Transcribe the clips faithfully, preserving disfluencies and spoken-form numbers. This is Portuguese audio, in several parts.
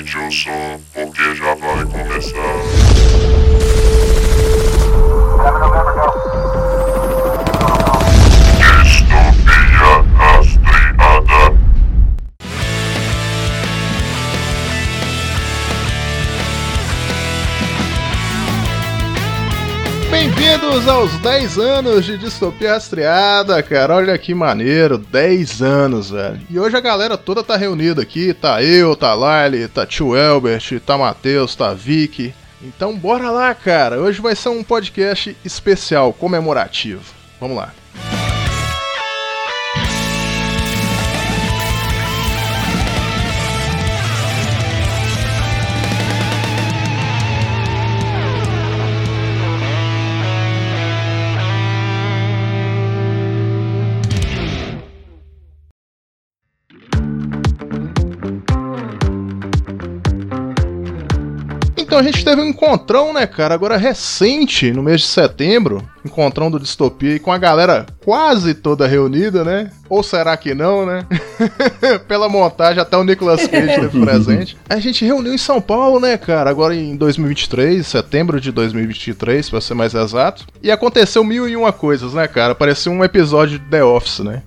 Aumente o som, porque já vai começar. Distopia rastreada. Bem-vindos aos dez anos de Distopia Rastreada, cara. Olha que maneiro, dez anos, velho. E hoje a galera toda tá reunida aqui. Tá eu, tá Lyle, tá tio Elbert, tá Matheus, tá Vicky. Então bora lá, cara. Hoje vai ser um podcast especial, comemorativo. Vamos lá. Então a gente teve um encontrão, né, cara, agora recente, no mês de setembro, encontrão do Distopia e com a galera quase toda reunida, né? Ou será que não, né? Pela montagem, até o Nicolas Cage esteve presente. A gente reuniu em São Paulo, né, cara, agora em dois mil e vinte e três, setembro de dois mil e vinte e três, pra ser mais exato. E aconteceu mil e uma coisas, né, cara? Parecia um episódio de The Office, né?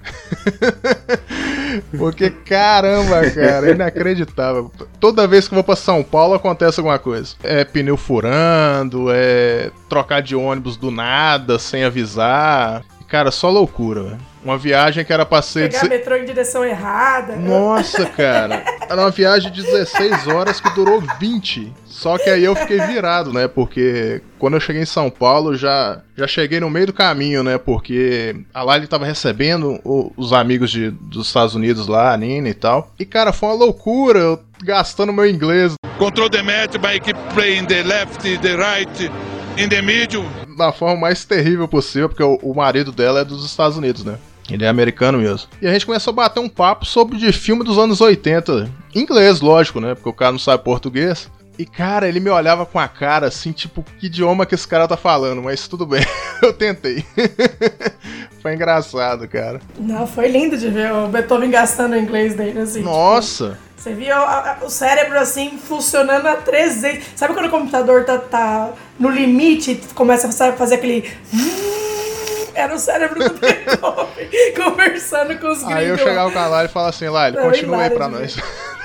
Porque, caramba, cara, é inacreditável. Toda vez que eu vou pra São Paulo acontece alguma coisa. É pneu furando, é trocar de ônibus do nada, sem avisar. Cara, só loucura, velho. Uma viagem que era pra ser... Pegar metrô em direção errada. Nossa, cara. Era uma viagem de dezesseis horas que durou vinte. Só que aí eu fiquei virado, né? Porque quando eu cheguei em São Paulo, já, já cheguei no meio do caminho, né? Porque a Lali tava recebendo o, os amigos de, dos Estados Unidos lá, a Nina e tal. E, cara, foi uma loucura, eu gastando meu inglês. Control the match by keep playing the left, the right, in the middle. Da forma mais terrível possível, porque o, o marido dela é dos Estados Unidos, né? Ele é americano mesmo. E a gente começou a bater um papo sobre de filme dos anos oitenta. Em inglês, lógico, né? Porque o cara não sabe português. E, cara, ele me olhava com a cara, assim, tipo, que idioma que esse cara tá falando? Mas tudo bem, eu tentei. Foi engraçado, cara. Não, foi lindo de ver o Beethoven gastando o inglês dele, assim. Nossa! Tipo, você via o, o cérebro, assim, funcionando a trezentos. Sabe quando o computador tá, tá no limite e começa a fazer aquele... Era o cérebro do Beethoven conversando com os gringos. Aí eu chegava com a Lyle e falava assim, Lyle, continua aí pra nós.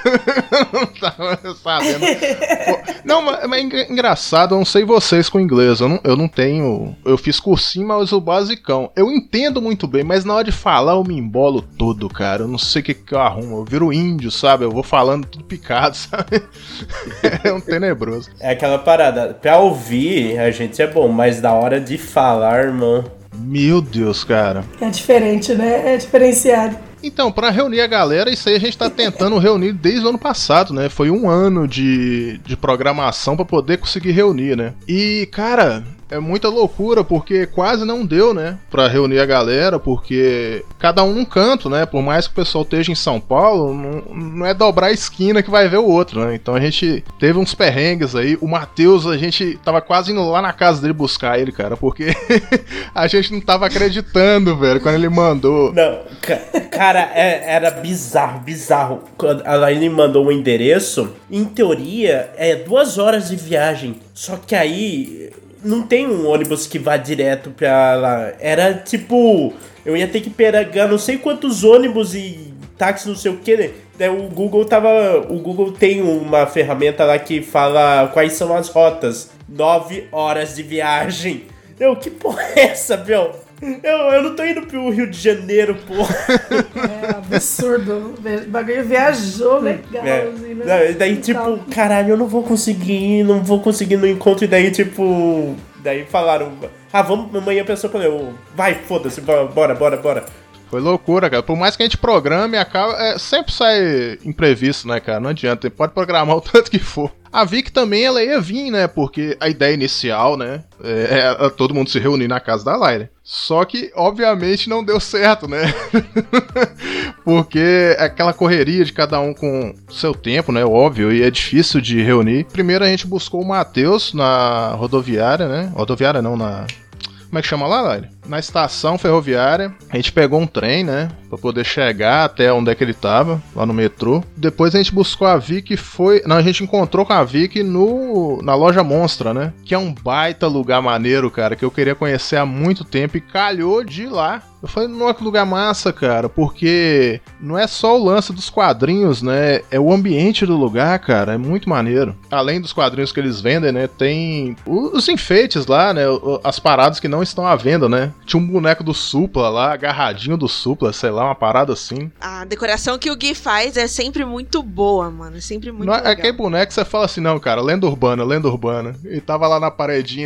Não tava sabendo. Pô, não, mas, mas é engraçado, eu não sei vocês com inglês, eu não, eu não tenho... Eu fiz cursinho, mas o basicão. Eu entendo muito bem, mas na hora de falar eu me embolo todo, cara. Eu não sei o que que eu arrumo. Eu viro índio, sabe? Eu vou falando tudo picado, sabe? É um tenebroso. É aquela parada, pra ouvir a gente é bom, mas na hora de falar, irmão... Meu Deus, cara. É diferente, né? É diferenciado. Então, pra reunir a galera, isso aí a gente tá tentando reunir desde o ano passado, né? Foi um ano de, de programação pra poder conseguir reunir, né? E, cara, é muita loucura, porque quase não deu, né? Pra reunir a galera, porque cada um num canto, né? Por mais que o pessoal esteja em São Paulo, não, não é dobrar a esquina que vai ver o outro, né? Então a gente teve uns perrengues aí. O Matheus, a gente tava quase indo lá na casa dele buscar ele, cara, porque a gente não tava acreditando, velho, quando ele mandou. Não, cara. Cara, é, era bizarro, bizarro. Quando a Laine mandou o endereço, em teoria, é duas horas de viagem. Só que aí não tem um ônibus que vá direto pra lá. Era tipo, eu ia ter que pegar não sei quantos ônibus e táxi, não sei o que, né? Daí o Google tava. O Google tem uma ferramenta lá que fala quais são as rotas. Nove horas de viagem. Eu, que porra é essa, meu? Eu, eu não tô indo pro Rio de Janeiro, porra. É absurdo. O bagulho viajou legal. É. Assim, né? Não, daí, tipo, tal. Caralho, eu não vou conseguir, não vou conseguir no encontro. E daí, tipo, daí falaram, ah, vamos, amanhã a pessoa falou, vai, foda-se, bora, bora, bora. Foi loucura, cara. Por mais que a gente programe, acaba, é, sempre sai imprevisto, né, cara? Não adianta, pode programar o tanto que for. A Vicky também, ela ia vir, né? Porque a ideia inicial, né? É, é todo mundo se reunir na casa da Lyra. Só que, obviamente, não deu certo, né? Porque aquela correria de cada um com seu tempo, né? Óbvio, e é difícil de reunir. Primeiro a gente buscou o Matheus na rodoviária, né? Rodoviária não, na... Como é que chama lá, Lyra? na estação ferroviária. A gente pegou um trem, né? Pra poder chegar até onde é que ele tava, lá no metrô. Depois a gente buscou a Vicky e foi... Não, a gente encontrou com a Vicky no... na loja Monstra, né? Que é um baita lugar maneiro, cara, que eu queria conhecer há muito tempo e calhou de ir lá. Eu falei, nossa, que lugar massa, cara, porque não é só o lance dos quadrinhos, né? É o ambiente do lugar, cara, é muito maneiro. Além dos quadrinhos que eles vendem, né? Tem os enfeites lá, né? As paradas que não estão à venda, né? Tinha um boneco do Supla lá, agarradinho do Supla, sei lá, uma parada assim. A decoração que o Gui faz é sempre muito boa, mano. É sempre muito não, legal. É aquele boneco que você fala assim, não, cara, lenda urbana, lenda urbana. E tava lá na paredinha.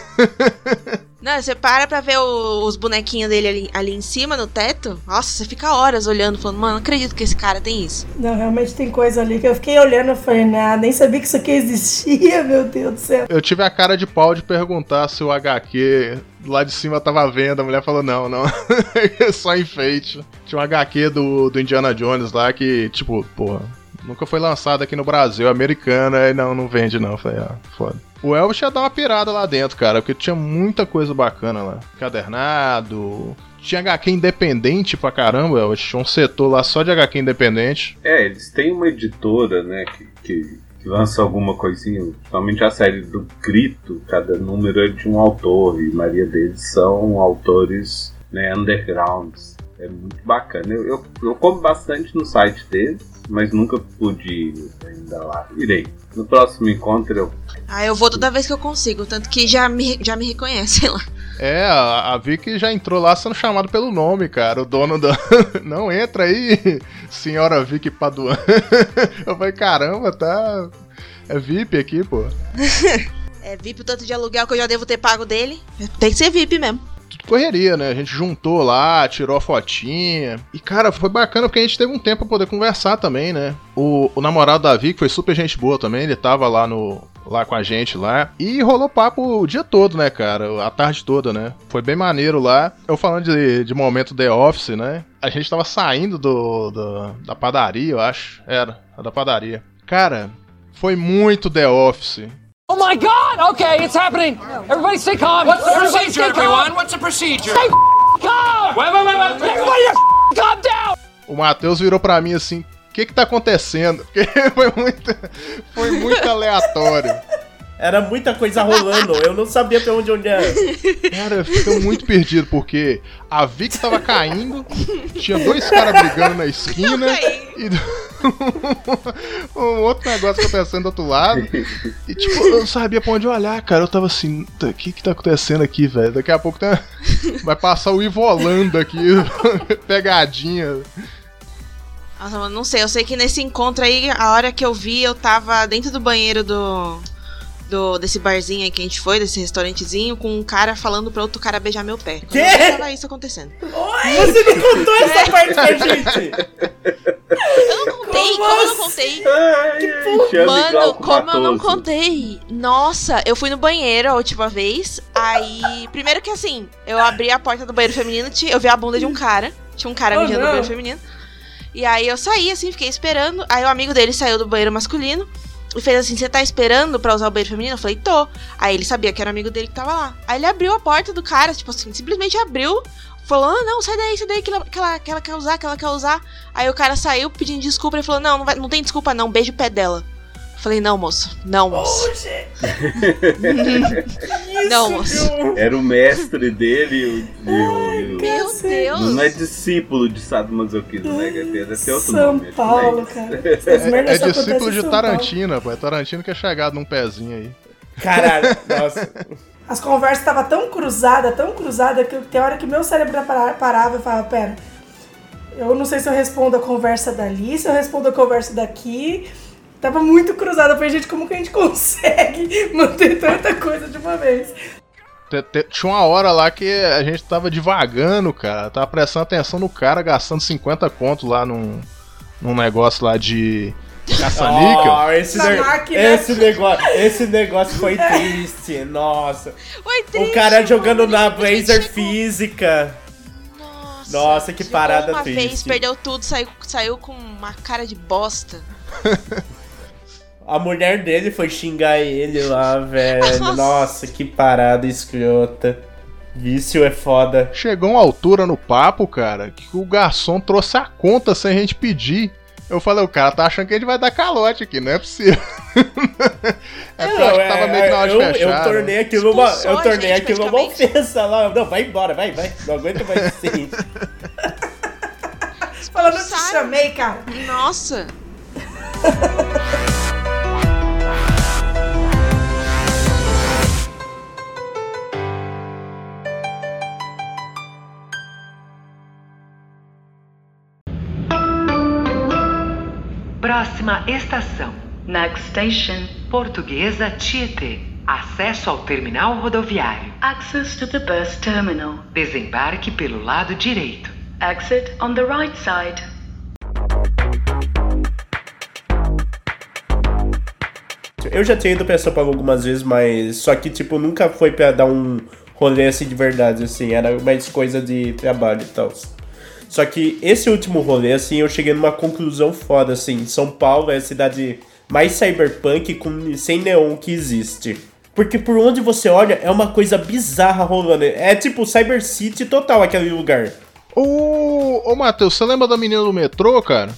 Não, você para pra ver o, os bonequinhos dele ali, ali em cima, no teto. Nossa, você fica horas olhando, falando, mano, não acredito que esse cara tem isso. Não, realmente tem coisa ali que eu fiquei olhando e falei, nah, nem sabia que isso aqui existia, meu Deus do céu. Eu tive a cara de pau de perguntar se o agá quê lá de cima tava à venda. A mulher falou, não, não, é só enfeite. Tinha um agá quê do, do Indiana Jones lá que, tipo, porra, nunca foi lançado aqui no Brasil, americano, aí não, não vende não. Eu falei, ah, foda. O Elvis ia dar uma pirada lá dentro, cara, porque tinha muita coisa bacana lá. Cadernado, tinha agá quê independente pra caramba, Elvis. Tinha um setor lá só de agá quê independente. É, eles têm uma editora, né, que, que, que lança alguma coisinha, principalmente a série do Grito, cada número é de um autor, e a maioria deles são autores, né, undergrounds. É muito bacana. Eu, eu, eu como bastante no site deles, mas nunca pude ir ainda lá. Irei. No próximo encontro eu... Ah, eu vou toda vez que eu consigo, tanto que já me, já me reconhecem lá. É, a, a Vicky já entrou lá sendo chamado pelo nome, cara. O dono da... Não, entra aí, senhora Vicky Paduan. Eu falei, caramba, tá... É V I P aqui, pô. É V I P o tanto de aluguel que eu já devo ter pago dele. Tem que ser V I P mesmo. Tudo correria, né? A gente juntou lá, tirou a fotinha. E, cara, foi bacana porque a gente teve um tempo pra poder conversar também, né? O, o namorado da Vicky foi super gente boa também. Ele tava lá no... lá com a gente lá. E rolou papo o dia todo, né, cara? A tarde toda, né? Foi bem maneiro lá. Eu falando de, de momento The Office, né? A gente tava saindo do, do, da padaria, eu acho. Era, da padaria. Cara, foi muito The Office. Oh my God! Okay, it's happening. Everybody stay calm. What's the Everybody procedure, everyone? What's the procedure? Stay calm! Wait, wait, wait, wait. Everybody calm down! O Matheus virou pra mim assim, o que que tá acontecendo? Porque foi muito, foi muito aleatório. Era muita coisa rolando, eu não sabia pra onde olhar. Cara, eu fiquei muito perdido, porque a Vicky tava caindo, tinha dois caras brigando na esquina, e um outro negócio acontecendo do outro lado, e tipo, eu não sabia pra onde olhar, cara. Eu tava assim, o que que tá acontecendo aqui, velho? Daqui a pouco tá... vai passar o Ivo Holanda aqui, pegadinha. Nossa, mano, não sei, eu sei que nesse encontro aí, a hora que eu vi, eu tava dentro do banheiro do... Do, desse barzinho aí que a gente foi, desse restaurantezinho, com um cara falando pra outro cara beijar meu pé. Quê? Não tava isso acontecendo. Oi? Você não contou essa parte pra gente? Eu não contei, como, como eu não contei? Ai, Mano, como eu não contei? Nossa, eu fui no banheiro a última vez, aí... Primeiro que assim, eu abri a porta do banheiro feminino, eu vi a bunda de um cara, tinha um cara Oh, mijando no não. banheiro feminino, e aí eu saí assim, fiquei esperando, aí o amigo dele saiu do banheiro masculino, e fez assim, você tá esperando pra usar o banheiro feminino? Eu falei, tô. Aí ele sabia que era o amigo dele que tava lá. Aí ele abriu a porta do cara, tipo assim, simplesmente abriu. Falou, ah, não, sai daí, sai daí, que ela, que, ela, que ela quer usar, que ela quer usar. Aí o cara saiu pedindo desculpa e falou, não, não, vai, não tem desculpa não, beijo o pé dela. Eu falei, não, moço, não, moço. Não, moço. Era o mestre dele e o... e o- Meu Deus. Não é discípulo de sadomasoquismo, né? Deve ser outro São nome. acho que Paulo, não é isso. cara. Essas merdas É só discípulo acontecem em de São Paulo. Tarantino, pô. É Tarantino que é chegado num pezinho aí. Caralho, nossa. As conversas estavam tão cruzadas, tão cruzadas, que tem hora que meu cérebro para- parava e falava, pera, eu não sei se eu respondo a conversa dali, se eu respondo a conversa daqui. Tava muito cruzada. Eu falei, gente, como que a gente consegue manter tanta coisa de uma vez? Te- te- Tinha uma hora lá que a gente tava devagando, cara. Tava prestando atenção no cara, gastando cinquenta conto lá num, num negócio lá de caça-níquel. Oh, esse, Na ne- máquina. esse, negócio, esse negócio foi triste, nossa. Foi triste, O cara jogando mano, na simplesmente Blazer chegou- física. Nossa, Nossa, que chegou parada uma triste. vez, perdeu tudo, saiu, saiu com uma cara de bosta. A mulher dele foi xingar ele lá, velho. Nossa. Nossa, que parada escrota. Vício é foda. Chegou uma altura no papo, cara, que o garçom trouxe a conta sem a gente pedir. Eu falei, o cara tá achando que a gente vai dar calote aqui, não é possível. É porque eu acho que tava meio que na hora de eu, fechar. eu tornei né? aquilo uma, Expulsou eu a tornei gente, aquilo uma praticamente. ofensa lá. Não, vai embora, vai, vai. Não aguento mais ser. Falando, eu te Sabe? chamei, cara. Nossa. Próxima estação. Next station, Portuguesa Tietê. Acesso ao terminal rodoviário. Access to the bus terminal. Desembarque pelo lado direito. Exit on the right side. Eu já tinha ido pra São Paulo algumas vezes, mas só que, tipo, nunca foi pra dar um rolê assim de verdade, assim. Era mais coisa de trabalho e tal. Só que esse último rolê, assim, eu cheguei numa conclusão foda, assim. São Paulo é a cidade mais cyberpunk com, sem neon que existe. Porque por onde você olha, é uma coisa bizarra rolando. É tipo Cyber City total aquele lugar. Ô, ô Matheus, você lembra da menina do metrô, cara?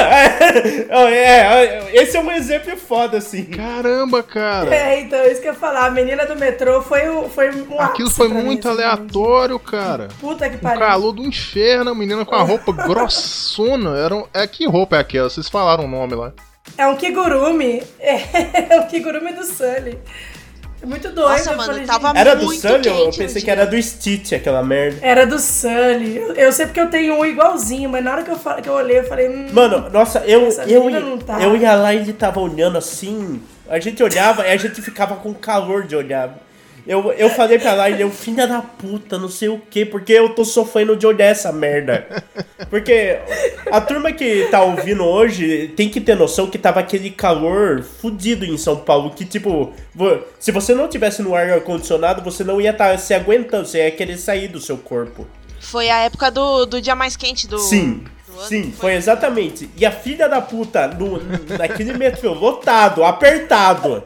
É, esse é um exemplo foda, assim. Caramba, cara. É, então, isso que eu ia falar. A menina do metrô foi, o, foi um Aquilo ápice foi pra mim, muito assim, aleatório, cara. Puta que O pariu. calor do inferno, a menina com a roupa grossona. Era um... É, que roupa é aquela? Vocês falaram o nome lá. É um kigurumi. É, é o kigurumi do Sully. É muito doido. Nossa, eu mano, falei, tava gente, Era do muito Sully? Eu quente pensei no que dia. era do Stitch, aquela merda. Era do Sully. Eu, eu sei porque eu tenho um igualzinho, mas na hora que eu, fa- que eu olhei, eu falei... Hum, Mano, nossa, eu, Essa eu, menina ia- não tá. eu ia lá e ele tava olhando assim. A gente olhava e a gente ficava com calor de olhar. Eu, eu falei pra lá e ele, filha da puta, não sei o que, porque eu tô sofrendo de olhar essa merda. Porque a turma que tá ouvindo hoje tem que ter noção que tava aquele calor fudido em São Paulo, que tipo, vo- se você não tivesse no ar-condicionado, você não ia estar se aguentando, você ia querer sair do seu corpo. Foi a época do, do dia mais quente do... Sim, do ano, sim, que foi exatamente. E a filha da puta, no, naquele metrô lotado, apertado,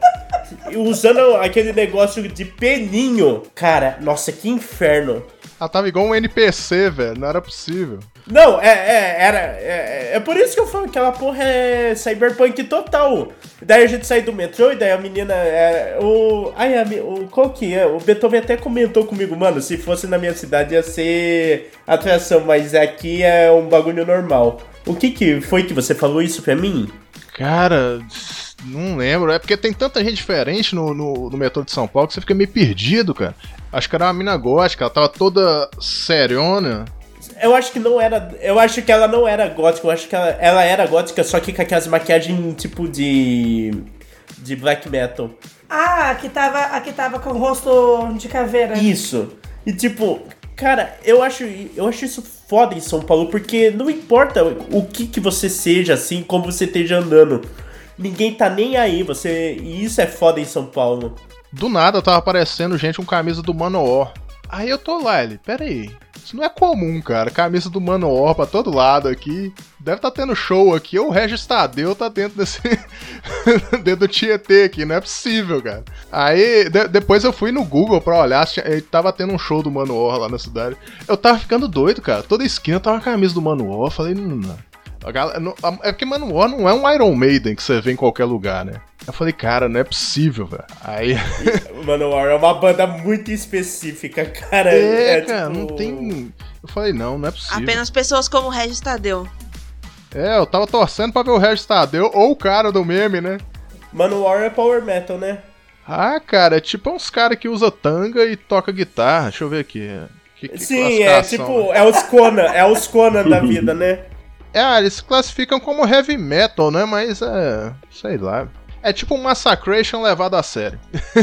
usando aquele negócio de peninho. Cara, nossa, que inferno. Ela tava igual um N P C, velho. Não era possível. Não, é, é, era. É, é por isso que eu falo que aquela porra é cyberpunk total. Daí a gente sai do metrô e daí a menina. É, o. Ai, a, o, qual que é? O Beethoven até comentou comigo, mano, se fosse na minha cidade ia ser atração, mas aqui é um bagulho normal. O que que foi que você falou isso pra mim? Cara, não lembro. É porque tem tanta gente diferente no, no, no metrô de São Paulo que você fica meio perdido, cara. Acho que era uma mina gótica, ela tava toda seriona. Eu acho que não era. Eu acho que ela não era gótica. Eu acho que ela, ela era gótica, só que com aquelas maquiagens tipo de. de black metal. Ah, aqui tava, aqui tava com o rosto de caveira. Isso. E tipo, cara, eu acho, eu acho isso foda em São Paulo, porque não importa o que que você seja, assim, como você esteja andando. Ninguém tá nem aí, você. E isso é foda em São Paulo. Do nada tava aparecendo gente com camisa do Manowar. Aí eu tô lá, ele, pera aí. Isso não é comum, cara. Camisa do Manowar pra todo lado aqui. Deve tá tendo show aqui. Ou o Regis Tadeu tá dentro desse. dentro do Tietê aqui. Não é possível, cara. Aí de- depois eu fui no Google pra olhar. se tinha- Ele tava tendo um show do Manowar lá na cidade. Eu tava ficando doido, cara. Toda esquina tava uma camisa do Manowar. Eu falei, não, não. A galera- não- a- É porque Manowar não é um Iron Maiden que você vê em qualquer lugar, né? Eu falei, cara, não é possível, velho. Aí. O Manowar é uma banda muito específica, cara. É, é cara, tipo- não tem. Eu falei, não, não é possível. Apenas pessoas como o Regis Tadeu. É, eu tava torcendo pra ver o Regis Tadeu ou o cara do meme, né? Manowar é power metal, né? Ah, cara, é tipo uns caras que usa tanga e toca guitarra. Deixa eu ver aqui. Que, que Sim, é classificação, tipo, né? é os Conan, é os Conan da vida, né? É, eles se classificam como heavy metal, né? Mas é. Sei lá. É tipo um Massacration levado a sério.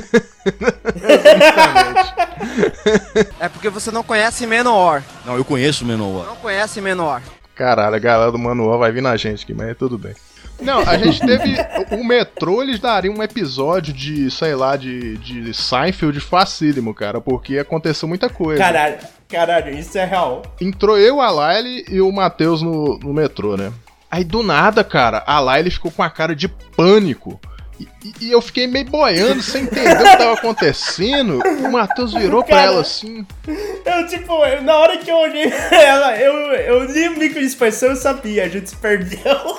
É porque você não conhece Manowar. Não, eu conheço Manowar. Não conhece Manowar. Caralho, a galera do Manual vai vir na gente aqui, mas tudo bem. Não, a gente teve. O metrô, eles dariam um episódio de, sei lá, de, de Seinfeld facílimo, cara, porque aconteceu muita coisa. Caralho, caralho, isso é real. Entrou eu, a Laile e o Matheus no, no metrô, né? Aí do nada, cara, a Laile ficou com a cara de pânico. E, e eu fiquei meio boiando, sem entender o que tava acontecendo. O Matheus virou Cara, pra ela assim. Eu, tipo, na hora que eu olhei pra ela, eu, eu li o microexpressão, eu sabia, a gente se perdeu.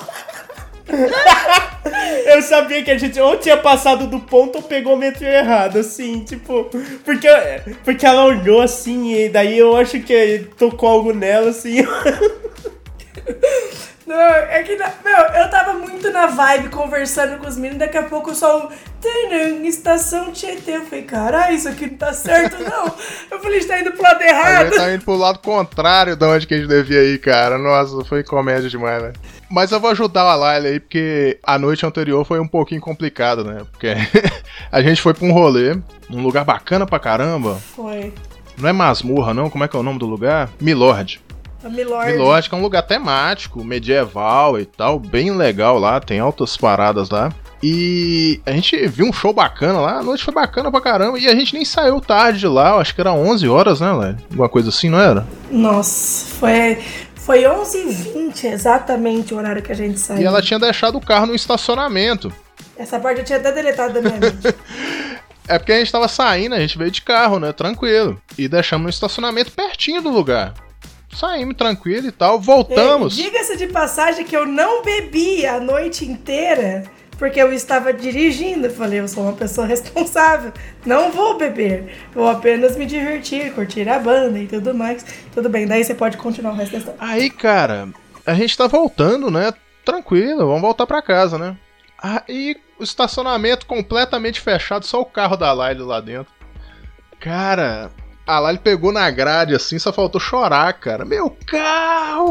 Eu sabia que a gente ou tinha passado do ponto ou pegou o metro errado, assim, tipo, porque, porque ela olhou assim, e daí eu acho que tocou algo nela, assim. Não, é que, meu, eu tava muito na vibe conversando com os meninos, daqui a pouco só um tadam, estação Tietê. Eu falei, caralho, isso aqui não tá certo, não. Eu falei, a gente tá indo pro lado errado. A gente tá indo pro lado contrário de onde que a gente devia ir, cara. Nossa, foi comédia demais, né? Mas eu vou ajudar a Laila aí, porque a noite anterior foi um pouquinho complicada, né? Porque a gente foi pra um rolê, num lugar bacana pra caramba. Foi. Não é Masmorra, não? Como é que é o nome do lugar? Milord. A Milord. Milord, que é um lugar temático, medieval e tal, bem legal lá, tem altas paradas lá. E a gente viu um show bacana lá, a noite foi bacana pra caramba, e a gente nem saiu tarde de lá, acho que era onze horas, né, Léo? Alguma coisa assim, não era? Nossa, foi... Foi onze e vinte exatamente o horário que a gente saiu. E ela tinha deixado o carro no estacionamento. Essa parte eu tinha até deletado da minha mente. É porque a gente tava saindo, a gente veio de carro, né, tranquilo. E deixamos no estacionamento pertinho do lugar. Saímos tranquilo e tal, voltamos. E, diga-se de passagem que eu não bebi a noite inteira, porque eu estava dirigindo. Eu falei, eu sou uma pessoa responsável, não vou beber, vou apenas me divertir, curtir a banda e tudo mais. Tudo bem, daí você pode continuar o resto da história. Aí, cara, a gente tá voltando, né, tranquilo, vamos voltar pra casa, né. Aí, o estacionamento completamente fechado, só o carro da Laila lá dentro. Cara... A Lali pegou na grade assim, só faltou chorar, cara. Meu carro!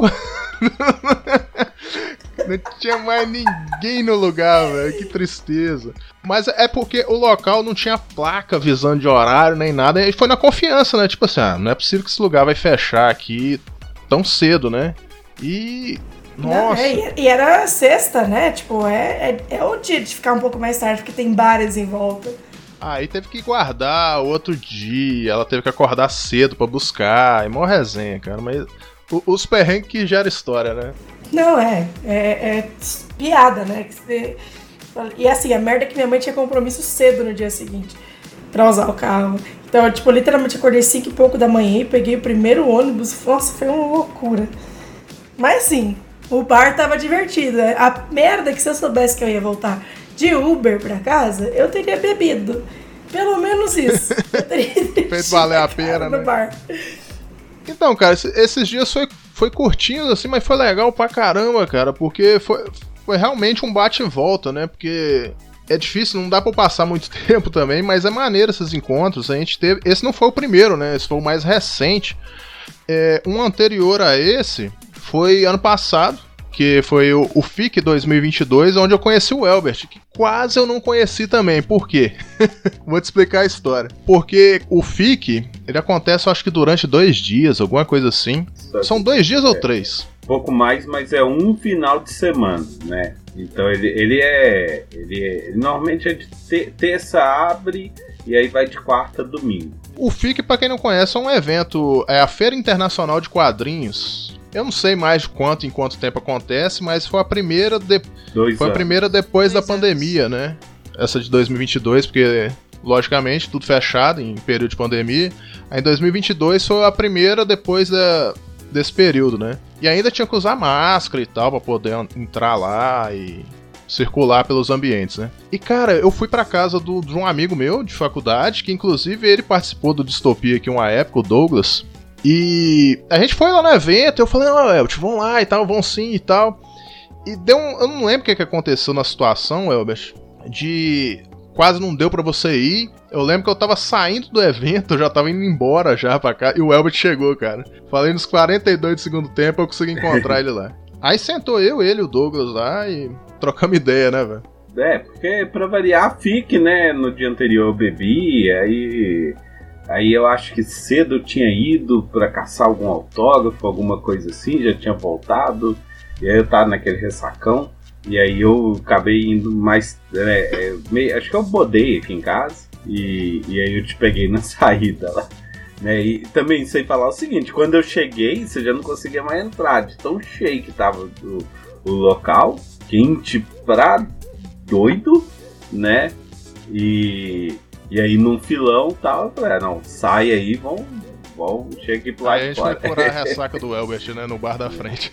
Não tinha mais ninguém no lugar, velho. Que tristeza. Mas é porque o local não tinha placa avisando de horário nem nada. E foi na confiança, né? Tipo assim, ah, não é possível que esse lugar vai fechar aqui tão cedo, né? E... Nossa! Não, é, e era sexta, né? Tipo, é, é, é o dia de ficar um pouco mais tarde, porque tem bares em volta. Aí teve que guardar o outro dia, ela teve que acordar cedo pra buscar, é mó resenha, cara, mas o, os perrengues que gera história, né? Não, é, é, é piada, né? E assim, a merda é que minha mãe tinha compromisso cedo no dia seguinte pra usar o carro. Então, eu, tipo, literalmente acordei cinco e pouco da manhã e peguei o primeiro ônibus, nossa, foi uma loucura. Mas sim, o bar tava divertido, né? A merda é que se eu soubesse que eu ia voltar de Uber pra casa, eu teria bebido. Pelo menos isso. Eu teria feito valer a pena, né? Bar. Então, cara, esses dias foi, foi curtinho, assim, mas foi legal pra caramba, cara, porque foi, foi realmente um bate e volta, né? Porque é difícil, não dá pra passar muito tempo também, mas é maneiro esses encontros. A gente teve. Esse não foi o primeiro, né? Esse foi o mais recente. É, um anterior a esse foi ano passado, que foi o, o F I C dois mil e vinte e dois, onde eu conheci o Elbert, que quase eu não conheci também. Por quê? Vou te explicar a história. Porque o F I C, ele acontece, eu acho que durante dois dias, alguma coisa assim. São dois dias é, ou três? Pouco mais, mas é um final de semana, né? Então ele, ele é... Ele é ele normalmente é de te, terça abre e aí vai de quarta a domingo. O F I C, pra quem não conhece, é um evento, é a Feira Internacional de Quadrinhos. Eu não sei mais de quanto em quanto tempo acontece, mas foi a primeira, de... foi a primeira depois Dois da pandemia, anos. né? Essa de dois mil e vinte e dois, porque, logicamente, tudo fechado em período de pandemia. Aí em dois mil e vinte e dois foi a primeira depois da... desse período, né? E ainda tinha que usar máscara e tal, pra poder entrar lá e circular pelos ambientes, né? E, cara, eu fui pra casa do, de um amigo meu de faculdade, que inclusive ele participou do Distopia aqui uma época, o Douglas. E a gente foi lá no evento, eu falei, ó, Elbert, vão lá e tal, vão sim e tal. E deu um... Eu não lembro o que, que aconteceu na situação, Elbert, de... Quase não deu pra você ir. Eu lembro que eu tava saindo do evento, eu já tava indo embora já pra cá, e o Elbert chegou, cara. Falei nos quarenta e dois do segundo tempo, eu consegui encontrar ele lá. Aí sentou eu, ele e o Douglas lá e trocamos ideia, né, velho? É, porque pra variar, fique, né, no dia anterior eu bebi, aí... Aí eu acho que cedo eu tinha ido pra caçar algum autógrafo, alguma coisa assim, já tinha voltado. E aí eu tava naquele ressacão. E aí eu acabei indo mais... É, é, meio, acho que eu bodei aqui em casa. E, e aí eu te peguei na saída lá. Né? E também sei falar o seguinte, quando eu cheguei, você já não conseguia mais entrar. De tão cheio que tava o, o local. Quente pra doido. né? E, e aí num filão e tal, eu falei, ah, não, sai aí, vamos, vamos, chega aqui pro lado Aí a de gente vai fora. curar a ressaca do Elbert, né, no bar da frente.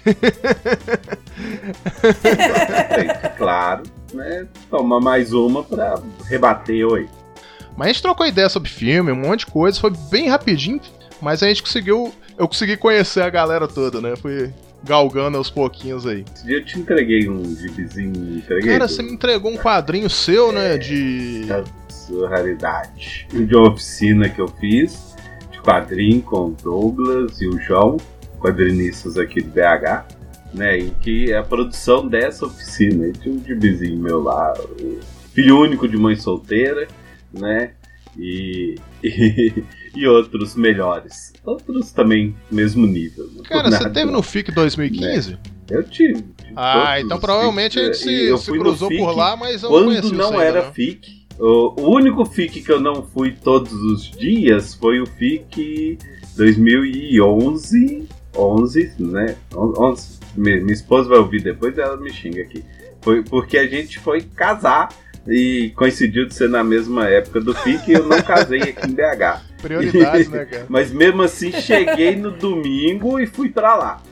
Claro, né? Toma mais uma pra rebater, oi. Mas a gente trocou ideia sobre filme, um monte de coisa, foi bem rapidinho, mas a gente conseguiu, eu consegui conhecer a galera toda, né, fui galgando aos pouquinhos aí. Esse dia eu te entreguei um gibizinho, entreguei. Cara, você me entregou um quadrinho seu, é, né, de... Da sua raridade. De uma oficina que eu fiz, de quadrinho com o Douglas e o João, quadrinistas aqui do B H, né, em que a produção dessa oficina, e tinha um gibizinho meu lá, filho único de mãe solteira, né, e, e, e outros melhores, outros também mesmo nível. Cara, você teve no F I C dois mil e quinze? Né? Eu tive. Ah, então provavelmente a gente se, eu se fui cruzou F I C por lá, mas eu quando não conheci não ainda, era não. F I C. O, o único F I C que eu não fui todos os dias foi o F I C dois mil e onze, onze, né? onze. Minha, minha esposa vai ouvir depois, ela me xinga aqui. Foi porque a gente foi casar e coincidiu de ser na mesma época do F I C e eu não casei aqui em B H. Prioridades, né, cara? Mas mesmo assim, cheguei no domingo e fui pra lá.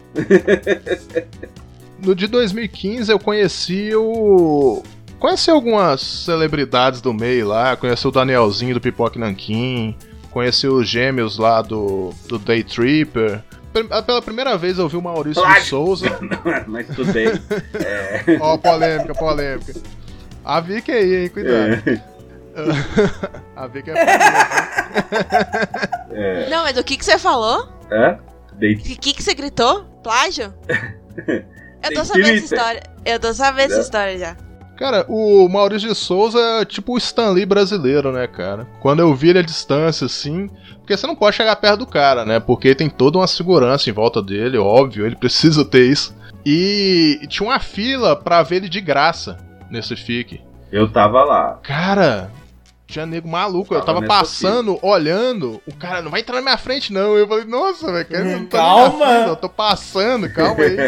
No de dois mil e quinze eu conheci o... Conheci algumas celebridades do meio lá, conheci o Danielzinho do Pipoque Nanquim, conheci os gêmeos lá do, do Day Tripper. Pela primeira vez eu vi o Maurício Claro. de Souza. Mas tudo bem. É. Ó, polêmica, polêmica. A Vicky aí, hein, cuidado. É. A Vicky é polêmica. É. Não, mas do que que você falou? Hã? Day... O que que você gritou? Plágio? Eu tô Day sabendo essa Tripper. história. Eu tô sabendo essa Já. história já. Cara, o Maurício de Souza é tipo o Stan Lee brasileiro, né, cara? Quando eu vi ele à distância, assim... Porque você não pode chegar perto do cara, né? Porque tem toda uma segurança em volta dele, óbvio, ele precisa ter isso. E tinha uma fila pra ver ele de graça nesse F I C. Eu tava lá. Cara, tinha nego maluco, eu Tava tava nessa passando, olhando, o cara não vai entrar na minha frente não. Eu falei, nossa, velho, cara, não tá Calma. na minha fila, eu tô passando, calma aí.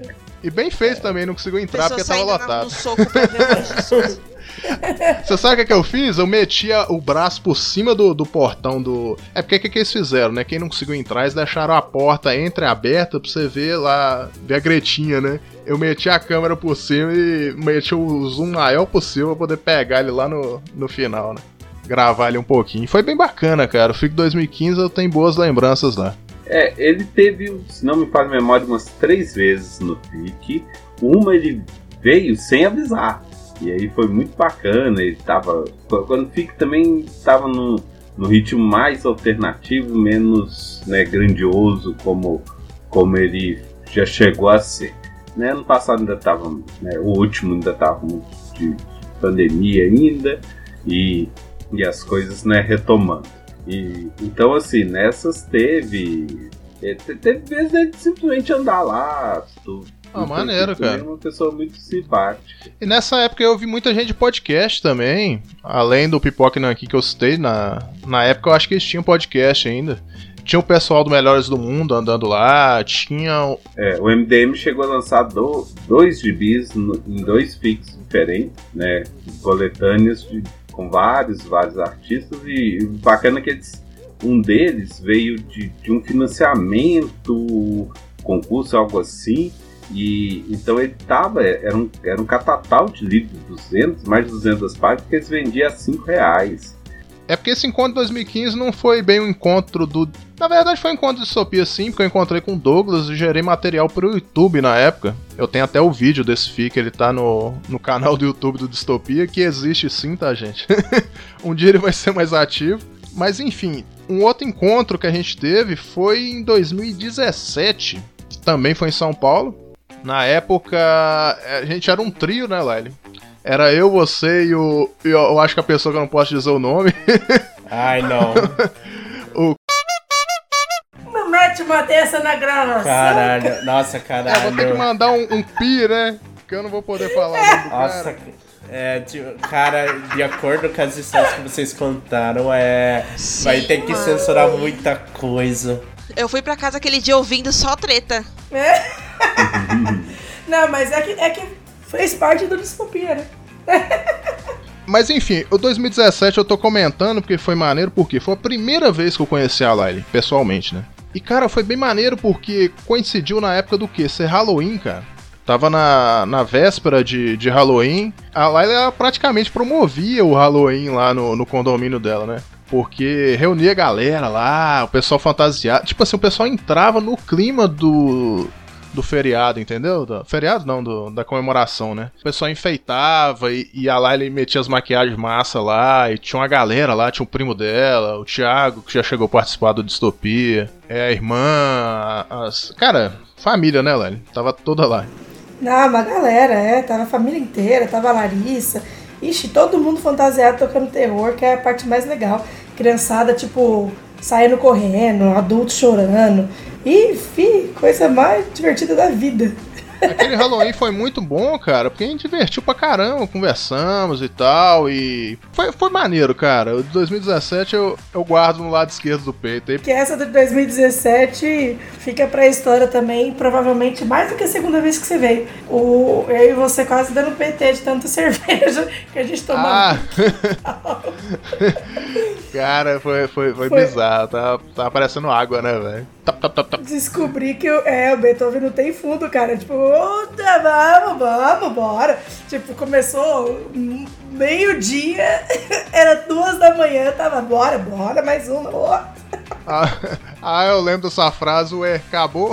E bem feito também, não conseguiu entrar porque tava lotado. No soco pra ver o Maurício de Souza. Você sabe o que, que eu fiz? Eu metia o braço por cima do, do portão do... É porque o que, que eles fizeram, né? Quem não conseguiu entrar, eles deixaram a porta entreaberta pra você ver lá, ver a gretinha, né? Eu meti a câmera por cima e meti o zoom maior possível pra poder pegar ele lá no, no final, né? Gravar ele um pouquinho. Foi bem bacana, cara. O F I C dois mil e quinze eu tenho boas lembranças lá. É, ele teve, se não me falha a memória, umas três vezes no F I C. Uma ele veio sem avisar. E aí foi muito bacana. Ele tava. Quando o F I C também estava no, no ritmo mais alternativo, menos, né, grandioso, como, como ele já chegou a ser. Né, ano passado ainda estava. Né, o último ainda estava muito de pandemia ainda. E, e as coisas, né, retomando. E, então, assim, nessas teve. Teve vezes de simplesmente andar lá. Tudo, Ah, maneiro, cara. É uma pessoa muito simpática. E nessa época eu ouvi muita gente de podcast também. Além do Pipoca Nanquim que eu citei, na, na época eu acho que eles tinham podcast ainda. Tinha o pessoal do Melhores do Mundo andando lá, tinha... É, o M D M chegou a lançar do, dois gibis no, em dois F I Cs diferentes, né? Coletâneas de, com vários, vários artistas. E, e bacana que eles, um deles veio de, de um financiamento, concurso, algo assim. E então ele tava, era um, era um catatal de livros, duzentos, mais de duzentas páginas, que eles vendiam a cinco reais. É porque esse encontro de dois mil e quinze não foi bem um encontro do... Na verdade foi um encontro de distopia sim, porque eu encontrei com o Douglas e gerei material pro YouTube na época. Eu tenho até o vídeo desse F I C, ele tá no, no canal do YouTube do Distopia, que existe sim, tá, gente? Um dia ele vai ser mais ativo. Mas enfim, um outro encontro que a gente teve foi em dois mil e dezessete, também foi em São Paulo. Na época, a gente era um trio, né, Laile? Era eu, você e o... Eu, eu acho que a pessoa que eu não posso dizer o nome. Ai, não. O... Não mete uma dessa na gravação. Caralho, nossa, caralho. É, vou ter que mandar um, um pi, né? Que eu não vou poder falar o nome do Nossa, cara. é, tipo, cara, de acordo com as histórias que vocês contaram, é... Sim, vai ter que mano. censurar muita coisa. Eu fui pra casa aquele dia ouvindo só treta. É. Não, mas é que, é que fez parte do Distopia, né? Mas enfim, o dois mil e dezessete eu tô comentando porque foi maneiro, porque foi a primeira vez que eu conheci a Laile, pessoalmente, né? E cara, foi bem maneiro porque coincidiu na época do quê? Ser Halloween, cara. Tava na, na véspera de, de Halloween. A Laile ela praticamente promovia o Halloween lá no, no condomínio dela, né? Porque reunia a galera lá, o pessoal fantasiado. Tipo assim, o pessoal entrava no clima do, do feriado, entendeu? Do, feriado não, do, da comemoração, né? O pessoal enfeitava e, e a Laile metia as maquiagens massa lá. E tinha uma galera lá, tinha o primo dela, o Thiago, que já chegou a participar do Distopia. É, a irmã, as... Cara, família, né, Laile? Tava toda lá. Não, uma galera, é. Tava a família inteira, tava a Larissa. Ixi, todo mundo fantasiado tocando terror, que é a parte mais legal. Criançada, tipo, saindo correndo, adultos chorando. E, fi, coisa mais divertida da vida. Aquele Halloween foi muito bom, cara, porque a gente divertiu pra caramba, conversamos e tal, e foi, foi maneiro, cara. O de dois mil e dezessete eu, eu guardo no lado esquerdo do peito. Que essa de dois mil e dezessete fica pra história também, provavelmente mais do que a segunda vez que você veio. O, eu e você quase dando P T de tanta cerveja que a gente tomou. Ah. Cara, foi, foi, foi, foi bizarro, tá, tá aparecendo água, né, velho? Descobri que eu, é, o Beethoven não tem fundo, cara. Tipo, outra, vamos, vamos, bora. Tipo, começou meio-dia, era duas da manhã, tava, bora, bora, mais uma, bora. Ah, ah, eu lembro dessa frase, ué, acabou?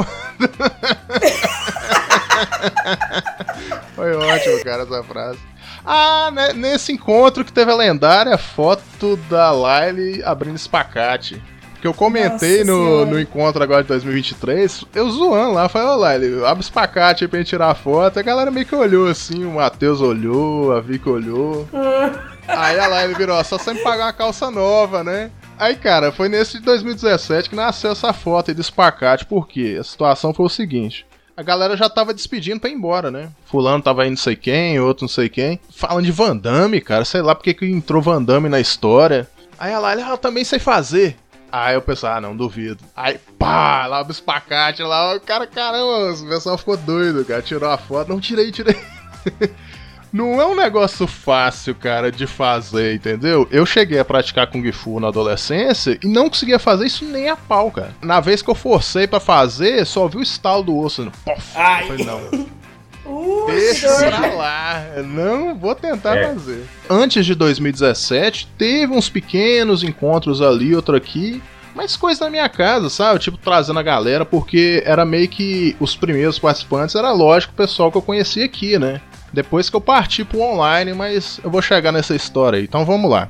Foi ótimo, cara, essa frase. Ah, né, nesse encontro que teve a lendária foto da Laile abrindo espacate. Que eu comentei no, no encontro agora de dois mil e vinte e três, eu zoando lá, falei, ô Laile, abre espacate aí pra gente tirar a foto. A galera meio que olhou assim, o Matheus olhou, a Vicky olhou. Aí a Laile virou, só sem pagar uma calça nova, né? Aí, cara, foi nesse de dois mil e dezessete que nasceu essa foto aí do espacate, porque a situação foi o seguinte. A galera já tava despedindo pra ir embora, né? Fulano tava indo não sei quem, outro não sei quem. Falando de Van Damme, cara, sei lá porque que entrou Van Damme na história. Aí a Laile, ah, eu também sei fazer. Aí eu pensei, ah, não, duvido. Aí, pá, lá o espacate lá, o cara, caramba, o pessoal ficou doido, cara, tirou a foto. Não, tirei, tirei. Não é um negócio fácil, cara, de fazer, entendeu? Eu cheguei a praticar Kung Fu na adolescência e não conseguia fazer isso nem a pau, cara. Na vez que eu forcei pra fazer, só vi o estalo do osso, né? Pof, eu falei, não. Uh, Deixa pra lá, não vou tentar é. fazer. Antes de dois mil e dezessete, teve uns pequenos encontros ali, outro aqui, mas coisa da minha casa, sabe? Tipo, trazendo a galera, porque era meio que os primeiros participantes, era lógico o pessoal que eu conhecia aqui, né? Depois que eu parti pro online, mas eu vou chegar nessa história aí, então vamos lá.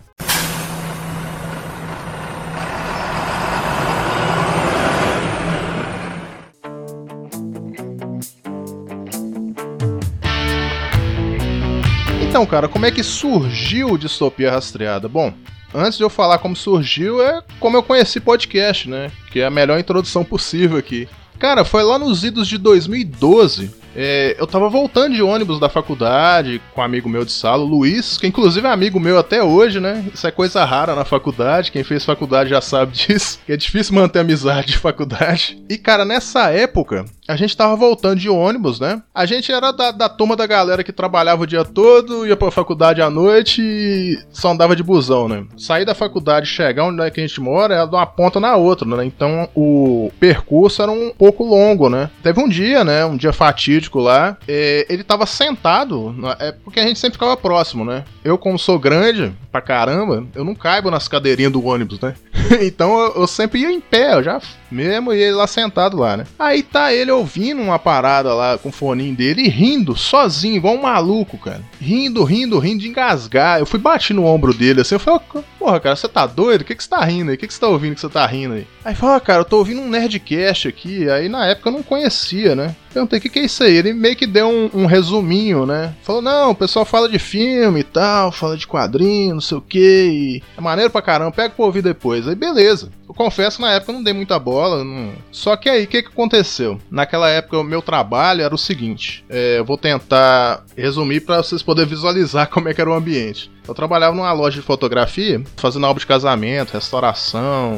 Então, cara, como é que surgiu o Distopia Rastreada? Bom, antes de eu falar como surgiu, é como eu conheci podcast, né? Que é a melhor introdução possível aqui. Cara, foi lá nos idos de dois mil e doze. É, eu tava voltando de ônibus da faculdade com um amigo meu de sala, o Luiz, que inclusive é amigo meu até hoje, né? Isso é coisa rara na faculdade, quem fez faculdade já sabe disso, que é difícil manter amizade de faculdade. E cara, nessa época, a gente tava voltando de ônibus, né? A gente era da, da turma da galera que trabalhava o dia todo, ia pra faculdade à noite e só andava de busão, né? Sair da faculdade e chegar onde é que a gente mora era de uma ponta na outra, né? Então o percurso era um pouco longo, né? Teve um dia, né? Um dia fatídico lá, é, ele tava sentado, é porque a gente sempre ficava próximo, né? Eu, como sou grande pra caramba, eu não caibo nas cadeirinhas do ônibus, né? Então eu, eu sempre ia em pé, eu já mesmo ia lá sentado lá, né? Aí tá ele ouvindo uma parada lá com o foninho dele e rindo, sozinho, igual um maluco, cara. Rindo, rindo, rindo de engasgar. Eu fui bater no ombro dele assim, eu falei, porra, cara, você tá doido? O que que você tá rindo aí? O que que você tá ouvindo que você tá rindo aí? Aí fala, ah, cara, eu tô ouvindo um Nerdcast aqui. Aí na época eu não conhecia, né? Perguntei, o que que é isso aí? Ele meio que deu um, um resuminho, né? Falou, não, o pessoal fala de filme e tal, fala de quadrinho, não sei o que. É maneiro pra caramba, pega pra ouvir depois. Aí beleza. Eu confesso, na época eu não dei muita bola. Não... Só que aí, o que que aconteceu? Naquela época o meu trabalho era o seguinte. É, eu vou tentar resumir pra vocês poderem visualizar como é que era o ambiente. Eu trabalhava numa loja de fotografia, fazendo álbum de casamento, restauração...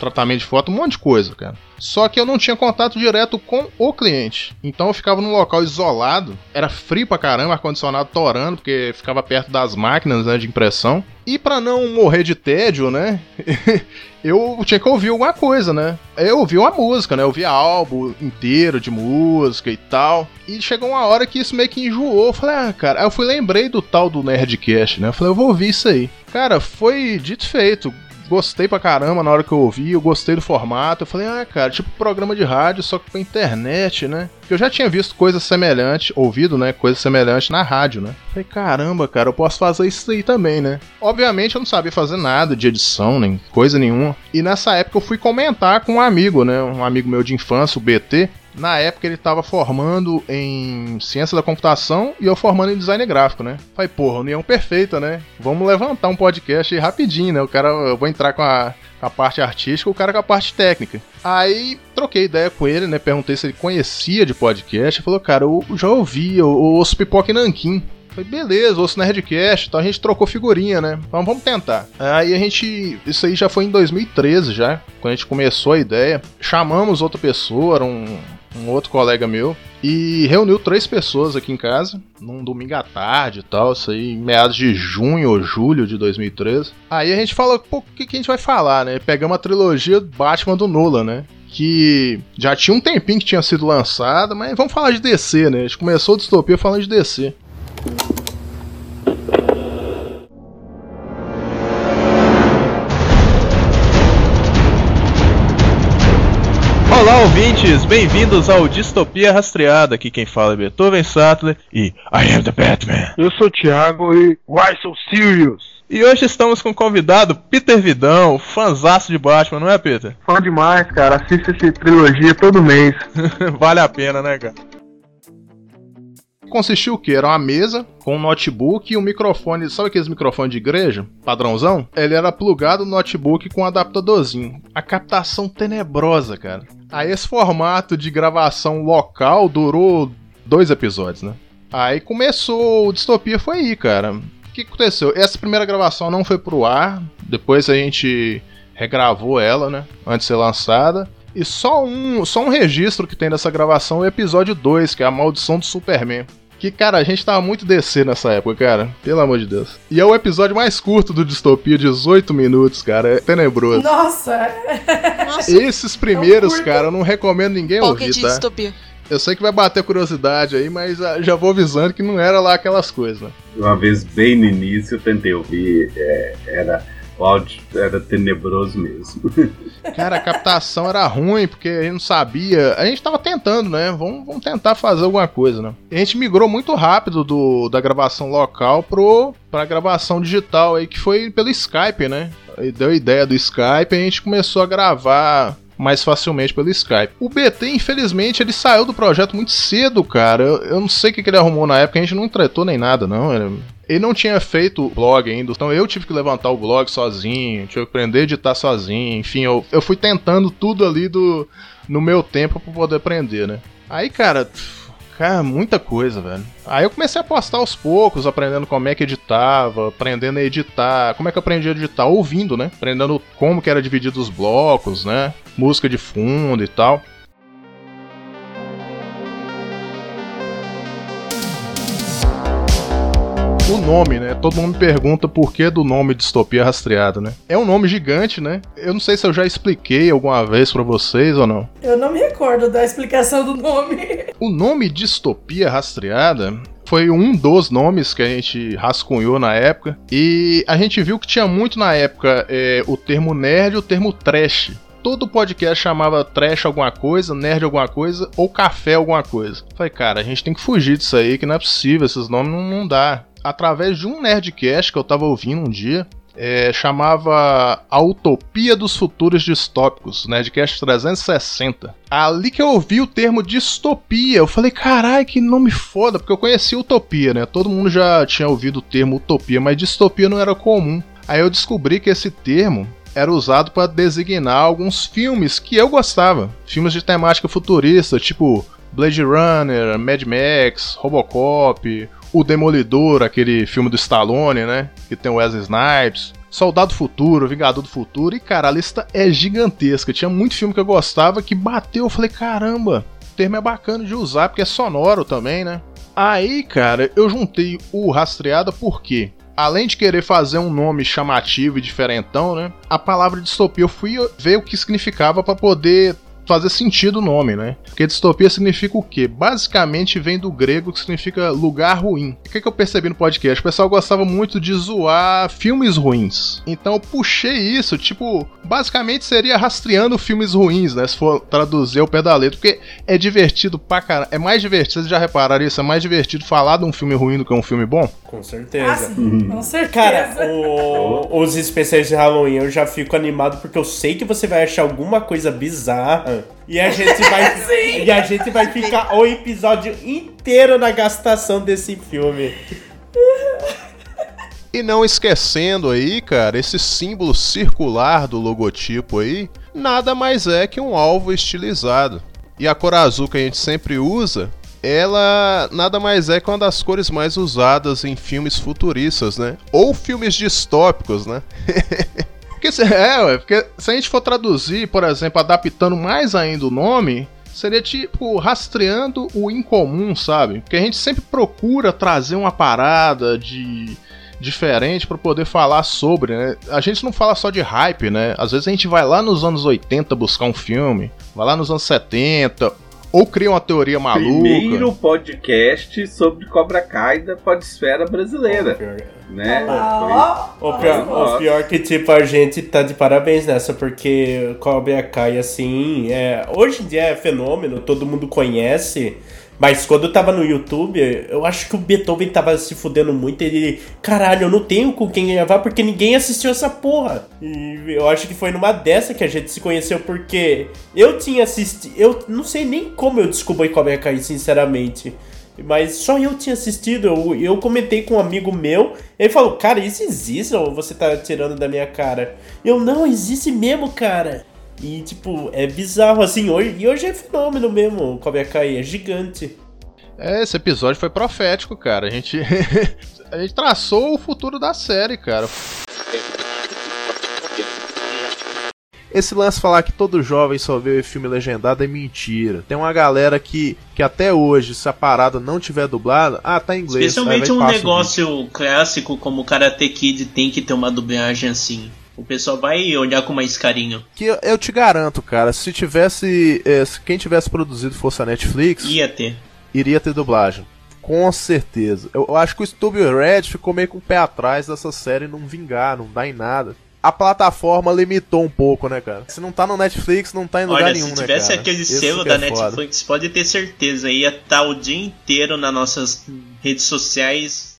tratamento de foto, um monte de coisa, cara. Só que eu não tinha contato direto com o cliente. Então eu ficava num local isolado, era frio pra caramba, ar-condicionado torando, porque ficava perto das máquinas, né, de impressão. E pra não morrer de tédio, né, eu tinha que ouvir alguma coisa, né. Eu ouvia uma música, né, eu ouvia álbum inteiro de música e tal. E chegou uma hora que isso meio que enjoou. Eu falei, ah, cara, aí eu fui lembrei do tal do Nerdcast, né. Eu falei, eu vou ouvir isso aí. Cara, foi dito e feito. Gostei pra caramba na hora que eu ouvi, eu gostei do formato. Eu falei, ah, cara, tipo programa de rádio, só que com internet, né? Porque eu já tinha visto coisas semelhantes, ouvido, né? Coisas semelhantes na rádio, né? Eu falei, caramba, cara, eu posso fazer isso aí também, né? Obviamente eu não sabia fazer nada de edição, nem coisa nenhuma. E nessa época eu fui comentar com um amigo, né? Um amigo meu de infância, o B T. Na época ele tava formando em ciência da computação e eu formando em design gráfico, né? Falei, porra, união perfeita, né? Vamos levantar um podcast aí rapidinho, né? O cara, eu vou entrar com a, com a parte artística, o cara com a parte técnica. Aí troquei ideia com ele, né? Perguntei se ele conhecia de podcast. Ele falou, cara, eu já ouvi, eu, eu ouço Pipoca e Nanquim. Falei, beleza, ouço Nerdcast, então a gente trocou figurinha, né? Então vamos tentar. Aí a gente, isso aí já foi em dois mil e treze já, quando a gente começou a ideia. Chamamos outra pessoa, era um, um outro colega meu, e reuniu três pessoas aqui em casa, num domingo à tarde e tal, isso aí em meados de junho ou julho de dois mil e treze. Aí a gente falou, pô, o que, que a gente vai falar, né? Pegamos a trilogia Batman do Nolan, né? Que já tinha um tempinho que tinha sido lançada, mas vamos falar de D C, né? A gente começou a Distopia falando de D C. Olá, ouvintes! Bem-vindos ao Distopia Rastreada. Aqui quem fala é Beethoven Sattler e I am the Batman. Eu sou o Thiago e Why So Serious? E hoje estamos com o convidado Peter Vidão, fãzaço de Batman, não é, Peter? Fã demais, cara. Assista essa trilogia todo mês. Vale a pena, né, cara? Consistiu o quê? Era uma mesa com um notebook e um microfone, sabe aqueles microfones de igreja? Padrãozão? Ele era plugado no notebook com um adaptadorzinho. A captação tenebrosa, cara. Aí esse formato de gravação local durou dois episódios, né? Aí começou, o Distopia foi aí, cara. O que aconteceu? Essa primeira gravação não foi pro ar, depois a gente regravou ela, né? Antes de ser lançada. E só um, só um registro que tem dessa gravação é o episódio dois, que é a Maldição do Superman. Que, cara, a gente tava muito D C nessa época, cara. Pelo amor de Deus. E é o episódio mais curto do Distopia, dezoito minutos, cara. É tenebroso. Nossa! Esses primeiros, cara, eu não recomendo ninguém Pocket ouvir, tá? Distopia. Eu sei que vai bater curiosidade aí, mas já vou avisando que não era lá aquelas coisas, né? Uma vez, bem no início, eu tentei ouvir, é, era... O áudio era tenebroso mesmo. Cara, a captação era ruim, porque a gente não sabia. A gente tava tentando, né? Vamos, vamos tentar fazer alguma coisa, né? A gente migrou muito rápido do, da gravação local pro, pra gravação digital aí, que foi pelo Skype, né? Aí deu a ideia do Skype e a gente começou a gravar mais facilmente pelo Skype. O B T, infelizmente, ele saiu do projeto muito cedo, cara. Eu, eu não sei o que, que ele arrumou na época, a gente não tretou nem nada, não. Ele, ele não tinha feito blog ainda, então eu tive que levantar o blog sozinho, tive que aprender a editar sozinho, enfim, eu, eu fui tentando tudo ali do, no meu tempo pra poder aprender, né? Aí, cara... Cara, muita coisa, velho. Aí eu comecei a postar aos poucos, aprendendo como é que editava, aprendendo a editar. Como é que eu aprendi a editar? Ouvindo, né? Aprendendo como que era dividido os blocos, né? Música de fundo e tal. O nome, né? Todo mundo me pergunta por que do nome Distopia Rastreada, né? É um nome gigante, né? Eu não sei se eu já expliquei alguma vez pra vocês ou não. Eu não me recordo da explicação do nome. O nome Distopia Rastreada foi um dos nomes que a gente rascunhou na época. E a gente viu que tinha muito na época é, o termo nerd e o termo trash. Todo podcast chamava trash alguma coisa, nerd alguma coisa ou café alguma coisa. Falei, cara, a gente tem que fugir disso aí, que não é possível, esses nomes não, não dá. Através de um Nerdcast que eu tava ouvindo um dia, é, chamava A Utopia dos Futuros Distópicos, Nerdcast trezentos e sessenta. Ali que eu ouvi o termo distopia, eu falei, carai, que nome foda, porque eu conhecia utopia, né? Todo mundo já tinha ouvido o termo utopia, mas distopia não era comum. Aí eu descobri que esse termo era usado para designar alguns filmes que eu gostava. Filmes de temática futurista, tipo Blade Runner, Mad Max, Robocop... O Demolidor, aquele filme do Stallone, né? Que tem o Wesley Snipes. Soldado Futuro, Vingador do Futuro. E, cara, a lista é gigantesca. Tinha muito filme que eu gostava que bateu. Eu falei, caramba, o termo é bacana de usar, porque é sonoro também, né? Aí, cara, eu juntei o Rastreada porque, além de querer fazer um nome chamativo e diferentão, né? A palavra distopia, eu fui ver o que significava pra poder fazer sentido o nome, né? Porque distopia significa o quê? Basicamente vem do grego, que significa lugar ruim. O que, que eu percebi no podcast? O pessoal gostava muito de zoar filmes ruins. Então eu puxei isso, tipo, basicamente seria rastreando filmes ruins, né? Se for traduzir ao pé da letra. Porque é divertido pra caramba. É mais divertido, vocês já repararam isso? É mais divertido falar de um filme ruim do que um filme bom? Com certeza. Ah, sim, com certeza. Cara, o, os especiais de Halloween eu já fico animado porque eu sei que você vai achar alguma coisa bizarra e a gente vai, e a gente vai ficar o episódio inteiro na gastação desse filme. E não esquecendo aí, cara, esse símbolo circular do logotipo aí, nada mais é que um alvo estilizado. E a cor azul que a gente sempre usa, ela nada mais é que uma das cores mais usadas em filmes futuristas, né? Ou filmes distópicos, né? Porque, se, é, ué, porque se a gente for traduzir, por exemplo, adaptando mais ainda o nome, seria tipo rastreando o incomum, sabe? Porque a gente sempre procura trazer uma parada de diferente para poder falar sobre, né? A gente não fala só de hype, né? Às vezes a gente vai lá nos anos oitenta buscar um filme, vai lá nos anos setenta, ou cria uma teoria maluca. Primeiro podcast sobre Cobra Kai da podesfera brasileira. Oh, né? Oh, o, pior, o pior que, tipo, a gente tá de parabéns nessa, porque Cobra Kai, assim, é, hoje em dia é fenômeno, todo mundo conhece. Mas quando eu tava no YouTube, eu acho que o Beethoven tava se fudendo muito. Ele, caralho, eu não tenho com quem gravar porque ninguém assistiu essa porra. E eu acho que foi numa dessa que a gente se conheceu, porque eu tinha assistido. Eu não sei nem como eu descobri Cobra Kai, sinceramente. Mas só eu tinha assistido. Eu, eu comentei com um amigo meu. Ele falou, cara, isso existe ou você tá tirando da minha cara? Eu, não, existe mesmo, cara. E, tipo, é bizarro, assim, hoje, e hoje é fenômeno mesmo, o Cobra Kai, é gigante. É, esse episódio foi profético, cara, a gente, a gente traçou o futuro da série, cara. Esse lance de falar que todo jovem só vê filme legendado é mentira. Tem uma galera que, que até hoje, se a parada não tiver dublada, ah, tá em inglês. Especialmente um negócio clássico como Karate Kid tem que ter uma dublagem assim. O pessoal vai olhar com mais carinho. Que eu, eu te garanto, cara, se tivesse. Eh, se quem tivesse produzido fosse a Netflix. Ia ter. Iria ter dublagem. Com certeza. Eu, eu acho que o Studio Red ficou meio com o pé atrás dessa série não vingar, não dá em nada. A plataforma limitou um pouco, né, cara? Se não tá no Netflix, não tá em lugar Olha, nenhum, né, cara? Se tivesse aquele selo da é Netflix, foda. Pode ter certeza. Ia estar o dia inteiro nas nossas redes sociais.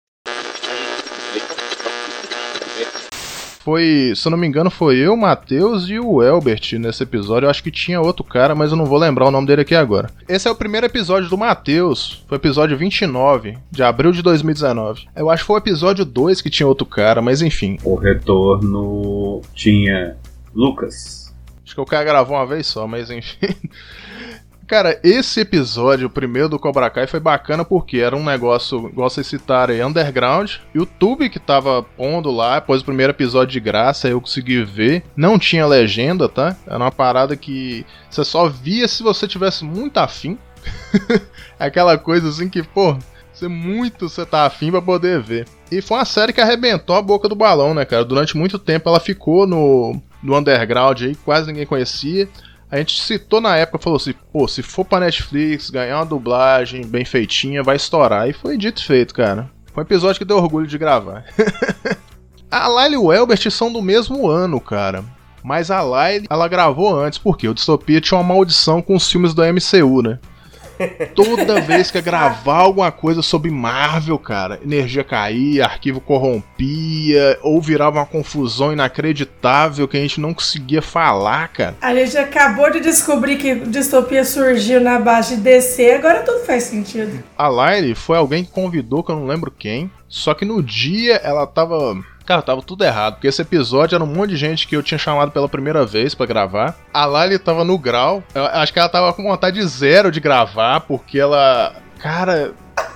Foi, se eu não me engano, foi eu, o Matheus e o Elbert nesse episódio. Eu acho que tinha outro cara, mas eu não vou lembrar o nome dele aqui agora. Esse é o primeiro episódio do Matheus. Foi o episódio vinte e nove, de abril de dois mil e dezenove. Eu acho que foi o episódio dois que tinha outro cara, mas enfim. O retorno tinha Lucas. Acho que o cara gravou uma vez só, mas enfim. Cara, esse episódio, o primeiro do Cobra Kai, foi bacana porque era um negócio, igual vocês citarem, underground. YouTube que tava pondo lá, após o primeiro episódio de graça, eu consegui ver. Não tinha legenda, tá? Era uma parada que você só via se você tivesse muito afim. Aquela coisa assim que, pô, você muito você tá afim pra poder ver. E foi uma série que arrebentou a boca do balão, né, cara? Durante muito tempo ela ficou no, no underground aí, quase ninguém conhecia. A gente citou na época, falou assim, pô, se for pra Netflix, ganhar uma dublagem bem feitinha, vai estourar. E foi dito e feito, cara. Foi um episódio que deu orgulho de gravar. A Laila e o Elbert são do mesmo ano, cara. Mas a Laila, ela gravou antes, porque o Distopia tinha uma maldição com os filmes do M C U, né? Toda vez que ia gravar alguma coisa sobre Marvel, cara, energia caía, arquivo corrompia, ou virava uma confusão inacreditável que a gente não conseguia falar, cara. A gente acabou de descobrir que Distopia surgiu na base de D C, agora tudo faz sentido. A Laila foi alguém que convidou, que eu não lembro quem, só que no dia ela tava... Cara, tava tudo errado, porque esse episódio era um monte de gente que eu tinha chamado pela primeira vez pra gravar. A Lali tava no grau, eu acho que ela tava com vontade zero de gravar, porque ela... Cara,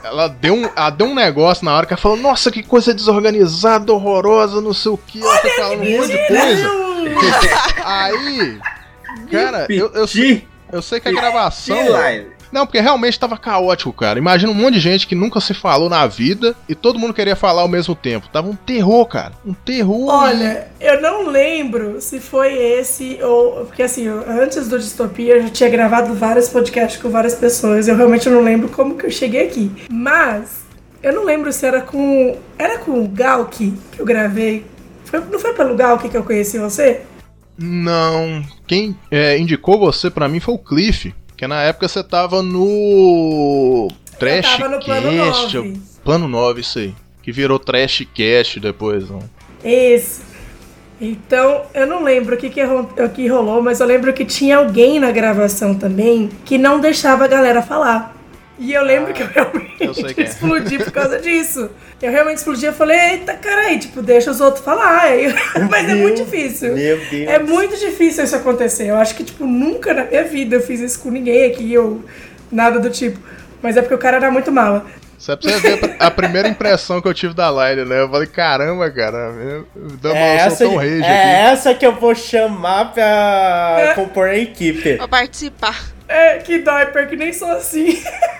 ela deu, um, ela deu um negócio na hora que ela falou, nossa, que coisa desorganizada, horrorosa, não sei o que. Ela foi falando um monte de coisa. Aí, cara, eu, eu, sei, eu sei que a gravação... Não, porque realmente tava caótico, cara. Imagina um monte de gente que nunca se falou na vida e todo mundo queria falar ao mesmo tempo. Tava um terror, cara. Um terror. Olha, eu não lembro se foi esse ou... Porque assim, eu, antes do Distopia eu já tinha gravado vários podcasts com várias pessoas. Eu realmente não lembro como que eu cheguei aqui. Mas eu não lembro se era com... Era com o Galk que eu gravei. Foi, não foi pelo Galk que eu conheci você? Não. Quem é, indicou você pra mim foi o Cliff. Porque na época você tava no Trash Eu tava no Plano nove. Plano nove, isso aí. Que virou Trash Cast depois, não? Isso. Então, eu não lembro o que, que, o que rolou, mas eu lembro que tinha alguém na gravação também que não deixava a galera falar. E eu lembro ah, que eu realmente eu sei que é. explodi por causa disso. Eu realmente explodi e falei, eita, carai, tipo, deixa os outros falar. Mas é muito difícil. Meu Deus. É muito difícil isso acontecer. Eu acho que, tipo, nunca na minha vida eu fiz isso com ninguém aqui, ou nada do tipo. Mas é porque o cara era muito mala. Só pra você ver a primeira impressão que eu tive da Laila, né? Eu falei, caramba, cara, eu, eu, é, essa, tão rage é aqui. essa que eu vou chamar pra é. compor a equipe. Pra participar. É, que dói, porque nem sou assim.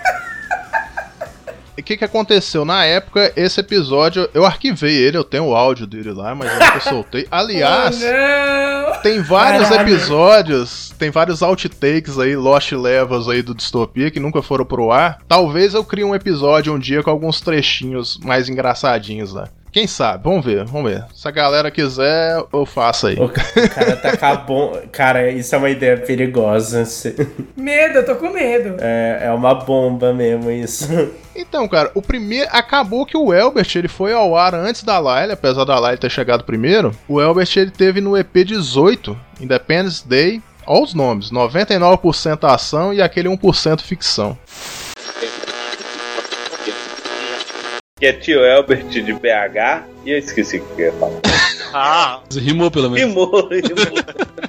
O que que aconteceu? Na época, esse episódio, eu arquivei ele, eu tenho o áudio dele lá, mas eu nunca soltei. Aliás, oh, tem vários Caralho. episódios, tem vários outtakes aí, Lost Levels aí do Distopia, que nunca foram pro ar. Talvez eu crie um episódio um dia com alguns trechinhos mais engraçadinhos lá. Quem sabe? Vamos ver, vamos ver. Se a galera quiser, eu faço aí. O cara tá acabou. Cara, isso é uma ideia perigosa. Medo, eu tô com medo. É, é uma bomba mesmo isso. Então, cara, o primeiro... Acabou que o Elbert, ele foi ao ar antes da Laila, apesar da Laila ter chegado primeiro. O Elbert, ele teve no E P dezoito, Independence Day. Olha os nomes, noventa e nove por cento ação e aquele um por cento ficção. Que é tio Elbert de B H, e eu esqueci o que eu ia falar. Ah! Rimou pelo menos. Rimou, rimou.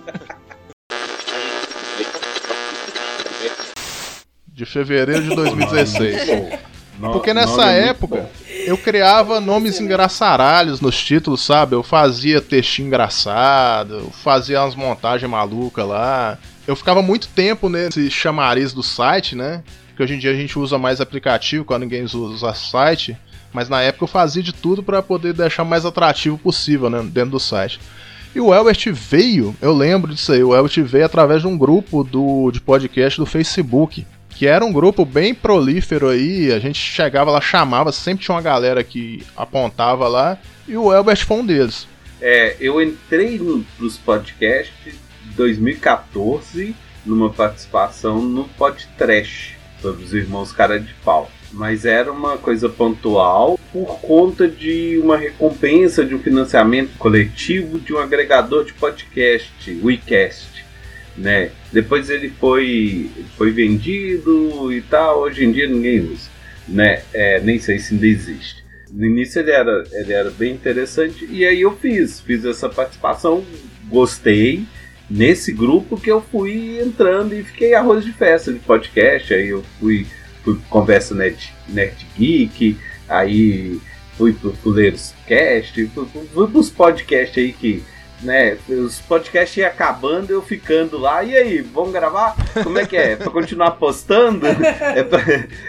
De fevereiro de dois mil e dezesseis. No, Porque nessa época, eu criava nomes engraçaralhos nos títulos, sabe? Eu fazia textinho engraçado, eu fazia umas montagens malucas lá. Eu ficava muito tempo nesse chamariz do site, né? Porque hoje em dia a gente usa mais aplicativo, quando ninguém usa site. Mas na época eu fazia de tudo para poder deixar o mais atrativo possível, né, dentro do site. E o Elbert veio, eu lembro disso aí, o Elbert veio através de um grupo do, de podcast do Facebook, que era um grupo bem prolífero aí, a gente chegava lá, chamava, sempre tinha uma galera que apontava lá, e o Elbert foi um deles. É, eu entrei no, nos podcasts em dois mil e quatorze, numa participação no Podtrash, sobre os irmãos Cara de Pau. Mas era uma coisa pontual por conta de uma recompensa de um financiamento coletivo de um agregador de podcast, o WeCast, né? Depois ele foi, foi vendido e tal, hoje em dia ninguém usa, né? É, nem sei se ainda existe. No início ele era, ele era bem interessante e aí eu fiz, fiz essa participação, gostei. Nesse grupo que eu fui entrando e fiquei arroz de festa de podcast, aí eu fui... Fui Conversa Nerd, Nerd Geek, aí fui pro Fuleiros Cast, fui, fui, fui pros podcasts aí que, né, os podcasts iam acabando, eu ficando lá, e aí, vamos gravar? Como é que é? Pra continuar postando? É, pra,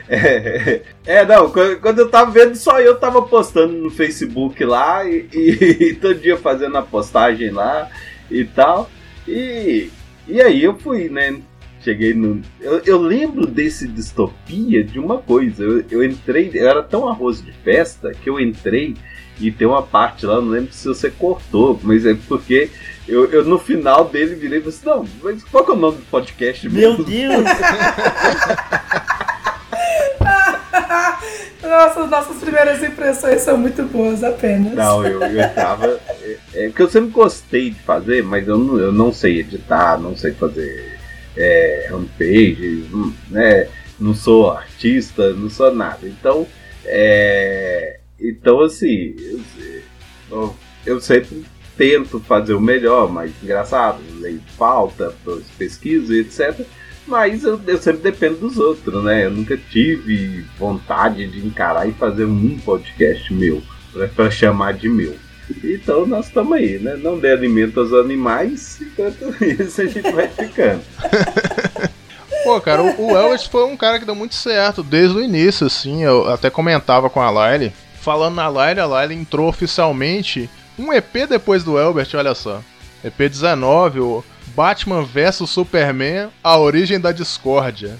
é, é, não, quando eu tava vendo, só eu tava postando no Facebook lá, e, e, e todo dia fazendo a postagem lá e tal, e, e aí eu fui, né, cheguei no... Eu, eu lembro desse Distopia de uma coisa. Eu, eu entrei... Eu era tão arroz de festa que eu entrei e tem uma parte lá, não lembro se você cortou, mas é porque eu, eu no final dele virei e falei assim, não, mas qual que é o nome do podcast mesmo? Meu Deus! Nossa, nossas primeiras impressões são muito boas apenas. Não, eu, eu tava... É, é porque eu sempre gostei de fazer, mas eu não, eu não sei editar, não sei fazer... É, homepage, né? Não sou artista, não sou nada. Então, é, então assim, eu, eu sempre tento fazer o melhor, mais engraçado, leio pauta, pesquisa, etcétera. Mas eu, eu sempre dependo dos outros, né? Eu nunca tive vontade de encarar e fazer um podcast meu, pra, pra chamar de meu. Então nós estamos aí, né? Não dê alimento aos animais, enquanto isso a gente vai ficando. Pô, cara, o, o Elvis foi um cara que deu muito certo desde o início, assim. Eu até comentava com a Laile. Falando na Laile, a Laile entrou oficialmente um E P depois do Elbert, olha só. E P dezenove, o Batman versus Superman, a origem da discórdia.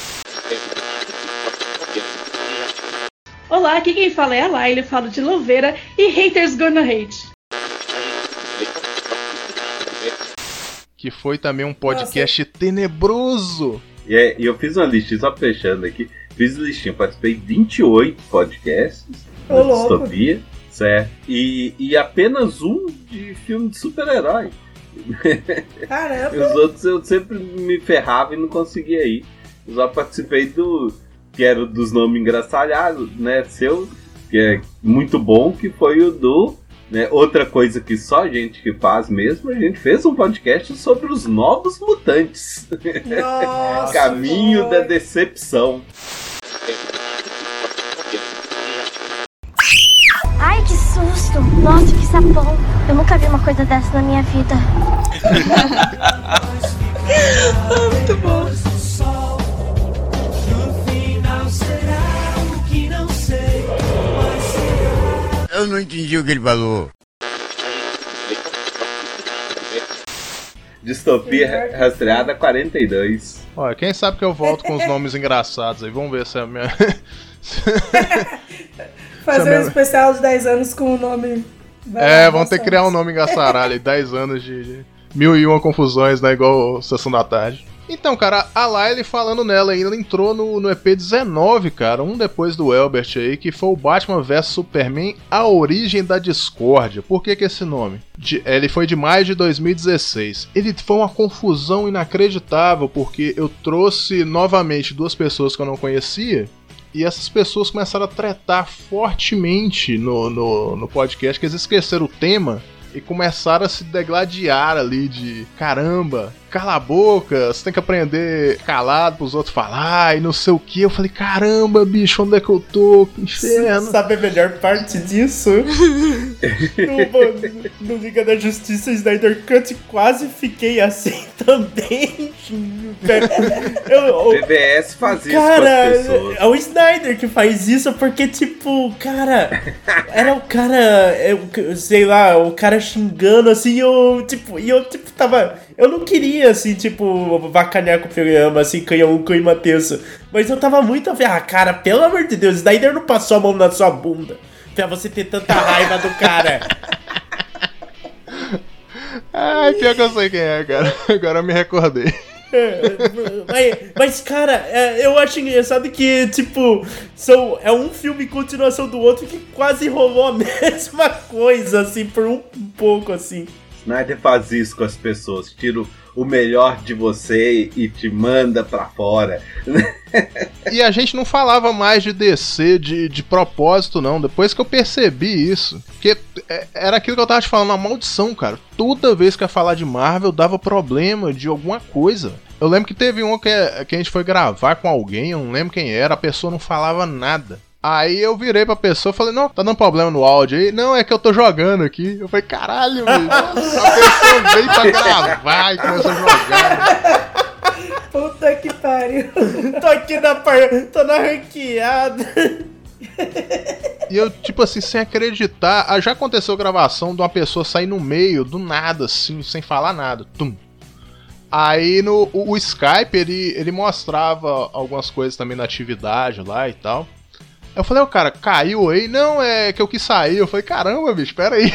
Olá, aqui quem fala é a Laile, falo de Louveira e Haters Gonna Hate. Que foi também um podcast Nossa. tenebroso. E é, eu fiz uma listinha, só fechando aqui, fiz listinha, participei de vinte e oito podcasts da Distopia, certo? E, e apenas um de filme de super-herói. Caramba! Os outros eu sempre me ferrava e não conseguia ir. Eu só participei do que era dos nomes engraçalhados, né? Seu, que é muito bom, que foi o do. Né, outra coisa que só a gente que faz mesmo, a gente fez um podcast sobre os Novos Mutantes. Nossa, Caminho da Decepção. Ai, que susto! Nossa, que sapão! Eu nunca vi uma coisa dessa na minha vida. Muito bom. Eu não entendi o que ele falou. Distopia Rastreada quarenta e dois. Olha, quem sabe que eu volto com os nomes engraçados aí. Vamos ver se é a minha... Fazer um especial de dez anos com o nome... É, vamos ter que criar um nome engraçaralho. dez anos de, de mil e uma confusões, né? Igual Sessão da Tarde. Então, cara, a Laile falando nela ainda entrou no, no E P dezenove, cara, um depois do Elbert aí, que foi o Batman versus Superman, a origem da discórdia. Por que que esse nome? De, ele foi de maio de dois mil e dezesseis. Ele foi uma confusão inacreditável, porque eu trouxe novamente duas pessoas que eu não conhecia, e essas pessoas começaram a tretar fortemente no, no, no podcast, que eles esqueceram o tema e começaram a se degladiar ali de caramba, cala a boca, você tem que aprender calado pros outros falar e não sei o que. Eu falei, caramba, bicho, onde é que eu tô? Que inferno. Sabe a melhor parte disso? no, no Liga da Justiça Snyder Cut quase fiquei assim também. Eu, o B B S faz isso cara, com as pessoas. É o Snyder que faz isso porque, tipo, cara, era o cara, eu, sei lá, o cara xingando assim, eu, tipo, e eu, tipo, tava, eu não queria, assim, tipo, vacanear com o programa, assim, canhar um clima tenso, mas eu tava muito a ver, ah, cara, pelo amor de Deus, Snyder não passou a mão na sua bunda pra você ter tanta raiva do cara. Ai, pior que eu sei quem é, cara, agora eu me recordei. É, mas, mas, cara, é, eu acho engraçado que, tipo, são, é um filme em continuação do outro que quase rolou a mesma coisa, assim, por um, um pouco, assim. Snyder faz isso com as pessoas, tira o melhor de você e te manda pra fora. E a gente não falava mais de D C de, de propósito, não. Depois que eu percebi isso, porque era aquilo que eu tava te falando, uma maldição, cara. Toda vez que eu ia falar de Marvel, dava problema de alguma coisa. Eu lembro que teve um que, que a gente foi gravar com alguém, eu não lembro quem era, a pessoa não falava nada. Aí eu virei pra pessoa e falei, não, tá dando problema no áudio aí? Não, é que eu tô jogando aqui. Eu falei, caralho, bicho. A pessoa veio pra gravar e começou a jogar. Puta que pariu. Tô aqui na par... tô na ranqueada. E eu, tipo assim, sem acreditar, já aconteceu gravação de uma pessoa sair no meio, do nada, assim, sem falar nada. Tum. Aí no o, o Skype, ele, ele mostrava algumas coisas também na atividade lá e tal. Eu falei, o cara, caiu aí? Não, é que eu quis sair. Eu falei, caramba, bicho, pera aí.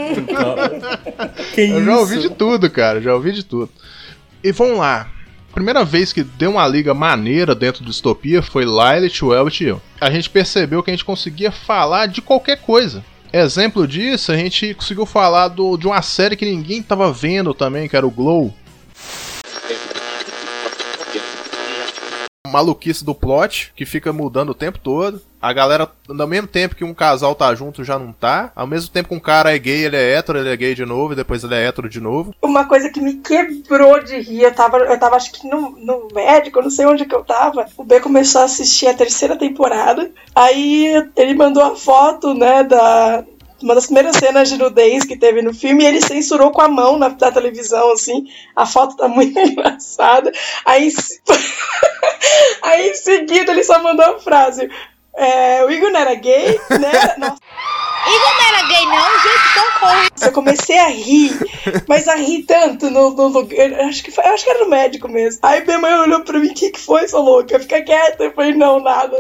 Que eu isso? já ouvi de tudo, cara, já ouvi de tudo. E vamos lá. Primeira vez que deu uma liga maneira dentro do Distopia foi Lilith, o Elbert e eu. A gente percebeu que a gente conseguia falar de qualquer coisa. Exemplo disso, a gente conseguiu falar do, de uma série que ninguém tava vendo também, que era o Glow. maluquice do plot, que fica mudando o tempo todo. A galera, no mesmo tempo que um casal tá junto, já não tá. Ao mesmo tempo que um cara é gay, ele é hétero, ele é gay de novo, e depois ele é hétero de novo. Uma coisa que me quebrou de rir, eu tava, eu tava acho que no, no médico, eu não sei onde que eu tava. O B começou a assistir a terceira temporada. Aí ele mandou a foto, né, da... uma das primeiras cenas de nudez que teve no filme, e ele censurou com a mão na, na televisão, assim. A foto tá muito engraçada. Aí, aí em seguida ele só mandou a frase: é, o Igor não era gay, né? Nossa. Igor não era gay não, gente, socorro. Eu comecei a rir, mas a rir tanto no, no lugar, acho que, foi, acho que era no médico mesmo. Aí minha mãe olhou pra mim: o que que foi, sua louca? Fica quieta. Eu falei: não, nada.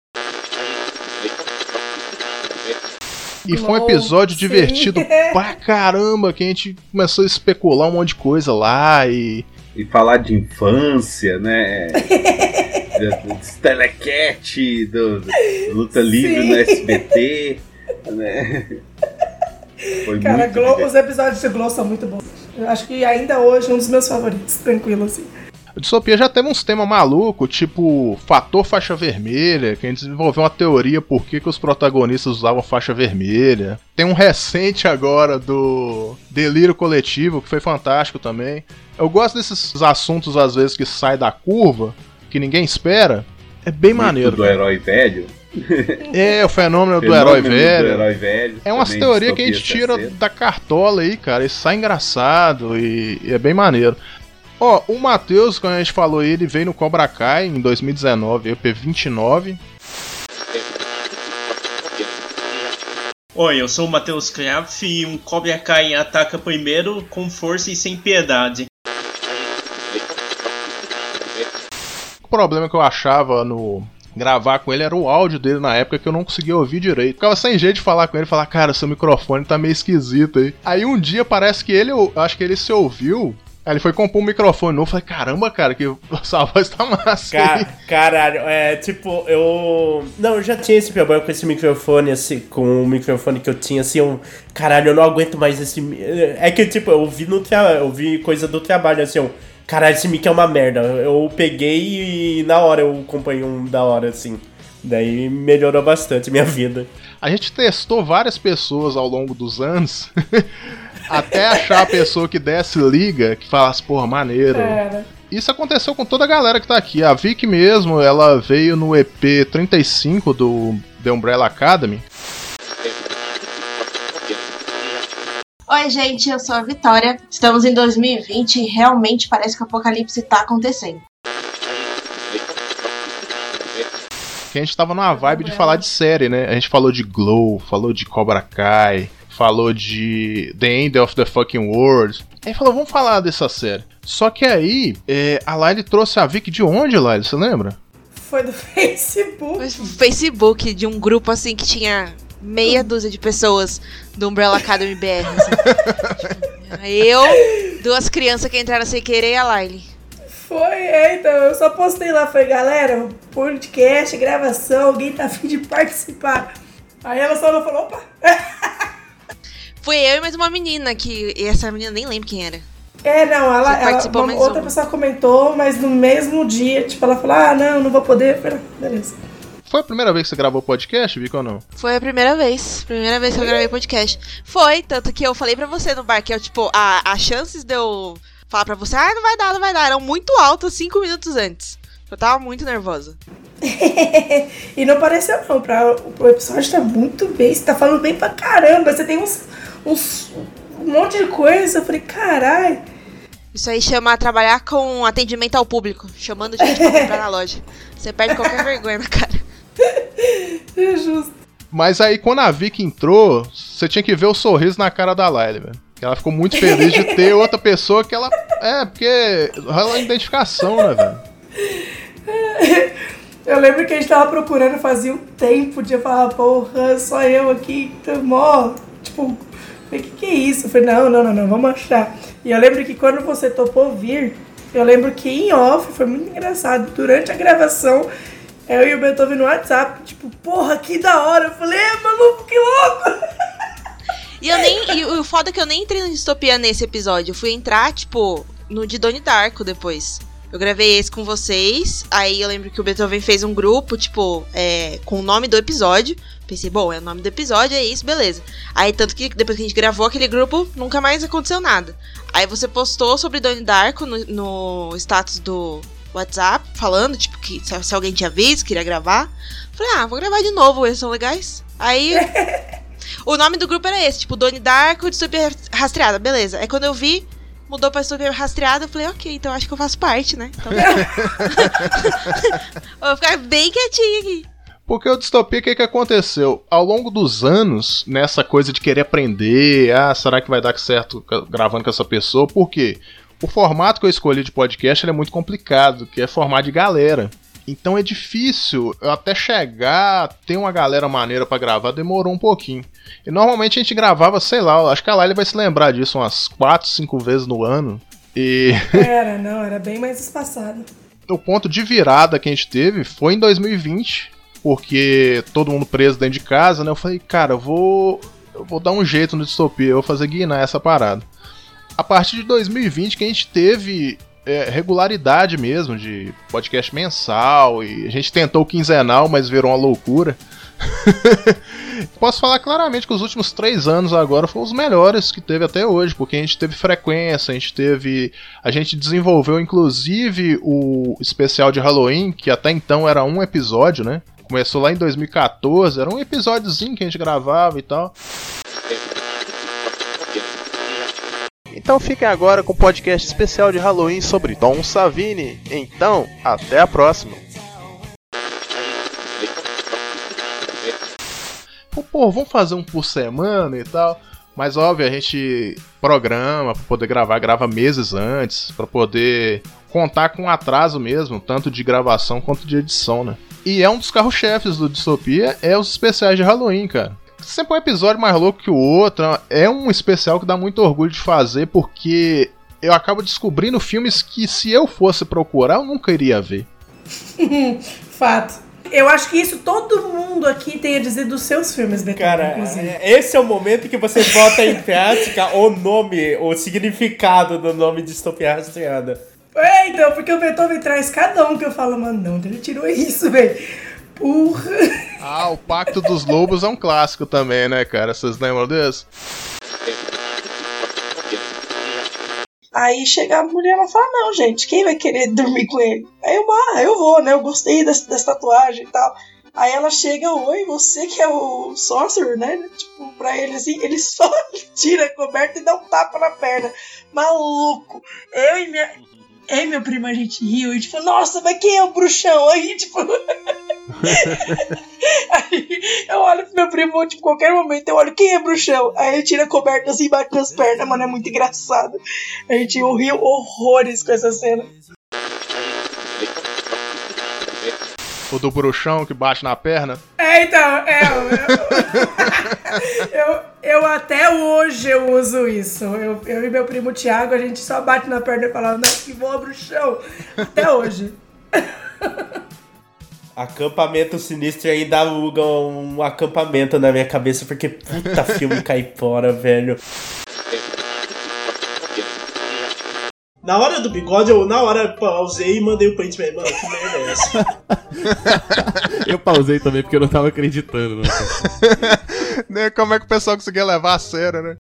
E foi um episódio divertido pra caramba, que a gente começou a especular um monte de coisa lá e... E falar de infância, né? do, do telecat, do, do Luta Livre Sim. no S B T, né? Foi Cara, muito Globo, os episódios de Globo são muito bons. Eu acho que ainda hoje é um dos meus favoritos, tranquilo assim. O Distopia já teve uns temas malucos, tipo fator faixa vermelha, que a gente desenvolveu uma teoria por que, que os protagonistas usavam faixa vermelha. Tem um recente agora do Delírio Coletivo, que foi fantástico também. Eu gosto desses assuntos, às vezes, que saem da curva, que ninguém espera. É bem Muito maneiro. do herói velho. É, o fenômeno, Fenômeno do, herói velho. do herói velho. É umas teorias que a gente tira da cartola aí, cara. Isso sai engraçado e, e é bem maneiro. Ó, o Matheus, quando a gente falou, ele veio no Cobra Kai em dois mil e dezenove, E P vinte e nove. Oi, eu sou o Matheus Kraft e um Cobra Kai ataca primeiro com força e sem piedade. O problema que eu achava no gravar com ele era o áudio dele na época, que eu não conseguia ouvir direito. Ficava sem jeito de falar com ele, falar: cara, seu microfone tá meio esquisito aí. Aí um dia parece que ele, eu acho que ele se ouviu. Aí ele foi comprar um microfone novo. Eu falei: caramba, cara, que essa voz tá massa. Ca caralho, é tipo, eu. Não, eu já tinha esse problema com esse microfone, assim, com o microfone que eu tinha, assim, eu. Caralho, eu não aguento mais esse. É que, tipo, eu vi no tra... eu vi coisa do trabalho, assim, eu. Caralho, esse mic é uma merda. Eu peguei e na hora eu acompanhei um da hora, assim. Daí melhorou bastante minha vida. A gente testou várias pessoas ao longo dos anos. Até achar a pessoa que desse liga, que falasse: porra, maneiro. É. Isso aconteceu com toda a galera que tá aqui. A Vicky mesmo, ela veio no E P trinta e cinco do The Umbrella Academy. Oi, gente, eu sou a Vitória. Estamos em dois mil e vinte e realmente parece que o apocalipse tá acontecendo. Que a gente tava numa vibe de falar de série, né? A gente falou de Glow, falou de Cobra Kai, falou de The End of the Fucking World. Aí falou: vamos falar dessa série. Só que aí, é, a Laile trouxe a Vicky de onde, Laile? Você lembra? Foi do Facebook. Foi do Facebook, de um grupo assim que tinha meia dúzia de pessoas do Umbrella Academy B R. Assim. Tipo, eu, duas crianças que entraram sem querer e a Laile. Foi, é, então, eu só postei lá, falei: galera, podcast, gravação, alguém tá a fim de participar. Aí ela só não falou: opa. Foi eu e mais uma menina, que e essa menina nem lembro quem era. É, não, ela, ela participou uma, mais outra uma. pessoa comentou, mas no mesmo dia, tipo, ela falou: ah, não, não vou poder. Eu falei: beleza. Foi a primeira vez que você gravou podcast, Vicky, ou não? Foi a primeira vez. Primeira vez que eu gravei podcast. Foi, tanto que eu falei pra você no bar, que eu, tipo, a, as chances de eu falar pra você: ah, não vai dar, não vai dar, eram muito altas cinco minutos antes. Eu tava muito nervosa. E não pareceu não, pra, o episódio tá muito bem, você tá falando bem pra caramba, você tem uns, uns um monte de coisa. Eu falei: caralho. Isso aí chama trabalhar com atendimento ao público, chamando gente pra comprar na loja. Você perde qualquer vergonha na cara. É justo. Mas aí, quando a Vicky entrou, você tinha que ver o sorriso na cara da Laile, velho. Ela ficou muito feliz de ter outra pessoa que ela... É, porque rola identificação, né, velho? Eu lembro que a gente tava procurando fazia um tempo de eu falar: porra, só eu aqui, tô mó... Tipo, o que que é isso? Eu falei: não, não, não, não, vamos achar. E eu lembro que quando você topou vir, eu lembro que em off, foi muito engraçado, durante a gravação, eu e o Beethoven no WhatsApp, tipo: porra, que da hora. Eu falei: é, maluco, que louco. E eu nem. E o foda é que eu nem entrei no Distopia nesse episódio. Eu fui entrar, tipo, no de Donnie Darko depois. Eu gravei esse com vocês, aí eu lembro que o Beethoven fez um grupo, tipo, é, com o nome do episódio. Pensei, bom, é o nome do episódio, é isso, beleza. Aí, tanto que depois que a gente gravou aquele grupo, nunca mais aconteceu nada. Aí você postou sobre Donnie Darko no, no status do WhatsApp, falando, tipo, que se, se alguém tinha visto, queria gravar. Falei, ah, vou gravar de novo, eles são legais. Aí, o nome do grupo era esse, tipo, Donnie Darko, Distopia Rastreada, beleza. Aí quando eu vi, mudou pra Distopia Rastreada, eu falei, ok, então acho que eu faço parte, né? Então, eu vou ficar bem quietinha aqui. Porque o Distopia, o que, que aconteceu? Ao longo dos anos, nessa coisa de querer aprender, ah, será que vai dar certo gravando com essa pessoa? Por quê? O formato que eu escolhi de podcast ele é muito complicado, que é formato de galera. Então é difícil, até chegar, ter uma galera maneira pra gravar, demorou um pouquinho. E normalmente a gente gravava, sei lá, acho que a Laila vai se lembrar disso umas quatro, cinco vezes no ano. E... Era, não, era bem mais espaçado. O ponto de virada que a gente teve foi em dois mil e vinte, porque todo mundo preso dentro de casa, né? Eu falei, cara, eu vou, eu vou dar um jeito no Distopia, eu vou fazer guinar essa parada. A partir de dois mil e vinte que a gente teve... É, regularidade mesmo, de podcast mensal, e a gente tentou o quinzenal, mas virou uma loucura. Posso falar claramente que os últimos três anos agora foram os melhores que teve até hoje, porque a gente teve frequência, a gente teve... A gente desenvolveu inclusive o especial de Halloween, que até então era um episódio, né? Começou lá em dois mil e catorze, era um episódiozinho que a gente gravava e tal. Então fiquem agora com o podcast especial de Halloween sobre Tom Savini. Então, até a próxima. Pô, vamos fazer um por semana e tal. Mas óbvio, a gente programa pra poder gravar, grava meses antes, pra poder contar com atraso mesmo, tanto de gravação quanto de edição, né? E é um dos carro-chefes do Distopia, é os especiais de Halloween, cara. Sempre um episódio mais louco que o outro. É um especial que dá muito orgulho de fazer, porque eu acabo descobrindo filmes que, se eu fosse procurar, eu nunca iria ver. Fato. Eu acho que isso todo mundo aqui tem a dizer dos seus filmes, Beethoven. Cara, inclusive. Esse é o momento que você bota em prática o nome, o significado do nome Distopia Rastreada. É, então, porque o Beethoven traz cada um que eu falo, mano, não, ele tirou isso, velho. Porra. Ah, o Pacto dos Lobos é um clássico também, né, cara? Vocês lembram desse? Aí chega a mulher e fala, não, gente, quem vai querer dormir com ele? Aí eu, ah, eu vou, né? Eu gostei dessa, dessa tatuagem e tal. Aí ela chega, oi, você que é o Sorcerer, né? Tipo, pra ele assim, ele só tira a coberta e dá um tapa na perna. Maluco. Eu e minha... Eu e meu primo, a gente riu e tipo, nossa, mas quem é o bruxão? Aí, tipo... Aí eu olho pro meu primo, tipo, qualquer momento eu olho, quem é bruxão? Aí ele tira a coberta assim, bate nas pernas, mano, é muito engraçado. A gente riu horrores com essa cena. O do bruxão que bate na perna? É, então, é... Eu, eu, eu até hoje eu uso isso. Eu, eu e meu primo Thiago, a gente só bate na perna e fala, não, que voa bruxão. Até hoje. Acampamento Sinistro ainda aluga um acampamento na minha cabeça, porque puta filme caipora, velho. Na hora do bigode, eu na hora pausei e mandei o print pra ele. Mano, que merda é essa? Eu pausei também porque eu não tava acreditando. Né? Como é que o pessoal conseguia levar a sério, né?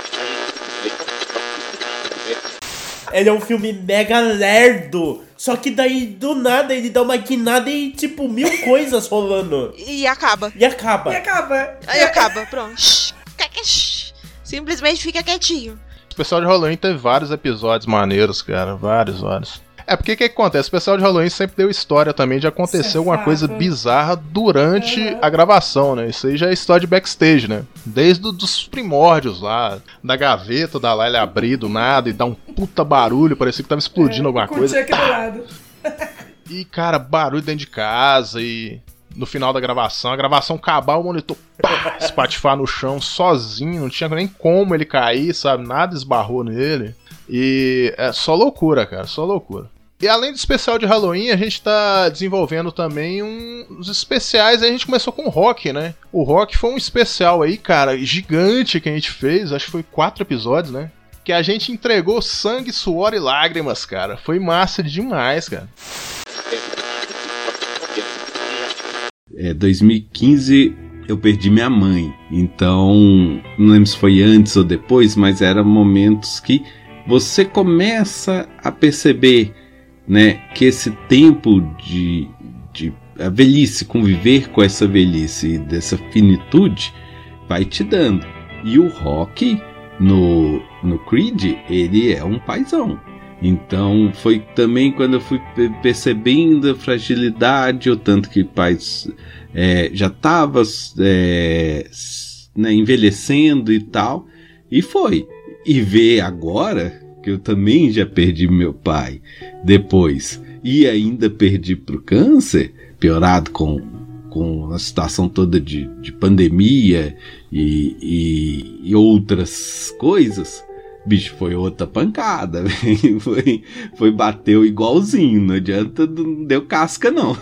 Ele é um filme mega lerdo. Só que daí, do nada, ele dá uma guinada e, tipo, mil coisas rolando. E acaba. E acaba. E acaba. Aí acaba, pronto. Simplesmente fica quietinho. O especial de Halloween teve vários episódios maneiros, cara. Vários, vários. É porque o que, que acontece? O especial de Halloween sempre deu história também de acontecer alguma coisa bizarra durante uhum. a gravação, né? Isso aí já é história de backstage, né? Desde os primórdios lá, da gaveta da Laila abrir do nada e dar um puta barulho, parecia que tava explodindo é, alguma coisa. Aqui do lado. E, cara, barulho dentro de casa e... No final da gravação, a gravação acabar, o monitor pá, espatifar no chão sozinho, não tinha nem como ele cair, sabe? Nada esbarrou nele. E é só loucura, cara, só loucura. E além do especial de Halloween, a gente tá desenvolvendo também um, uns especiais. Aí a gente começou com o Rock, né? O Rock foi um especial aí, cara, gigante que a gente fez. Acho que foi quatro episódios, né? que a gente entregou sangue, suor e lágrimas, cara. Foi massa demais, cara. É, dois mil e quinze eu perdi minha mãe, então não lembro se foi antes ou depois, mas eram momentos que você começa a perceber, né, que esse tempo de, de a velhice, conviver com essa velhice, dessa finitude, vai te dando. E o Rock no, no Creed, ele é um paizão. Então foi também quando eu fui percebendo a fragilidade, o tanto que o pai é, já estava é, né, envelhecendo e tal, e foi. E ver agora, que eu também já perdi meu pai depois, e ainda perdi pro câncer, piorado com, com a situação toda de, de pandemia e, e, e outras coisas. Bicho, foi outra pancada, foi, foi bateu igualzinho, não adianta, não deu casca não.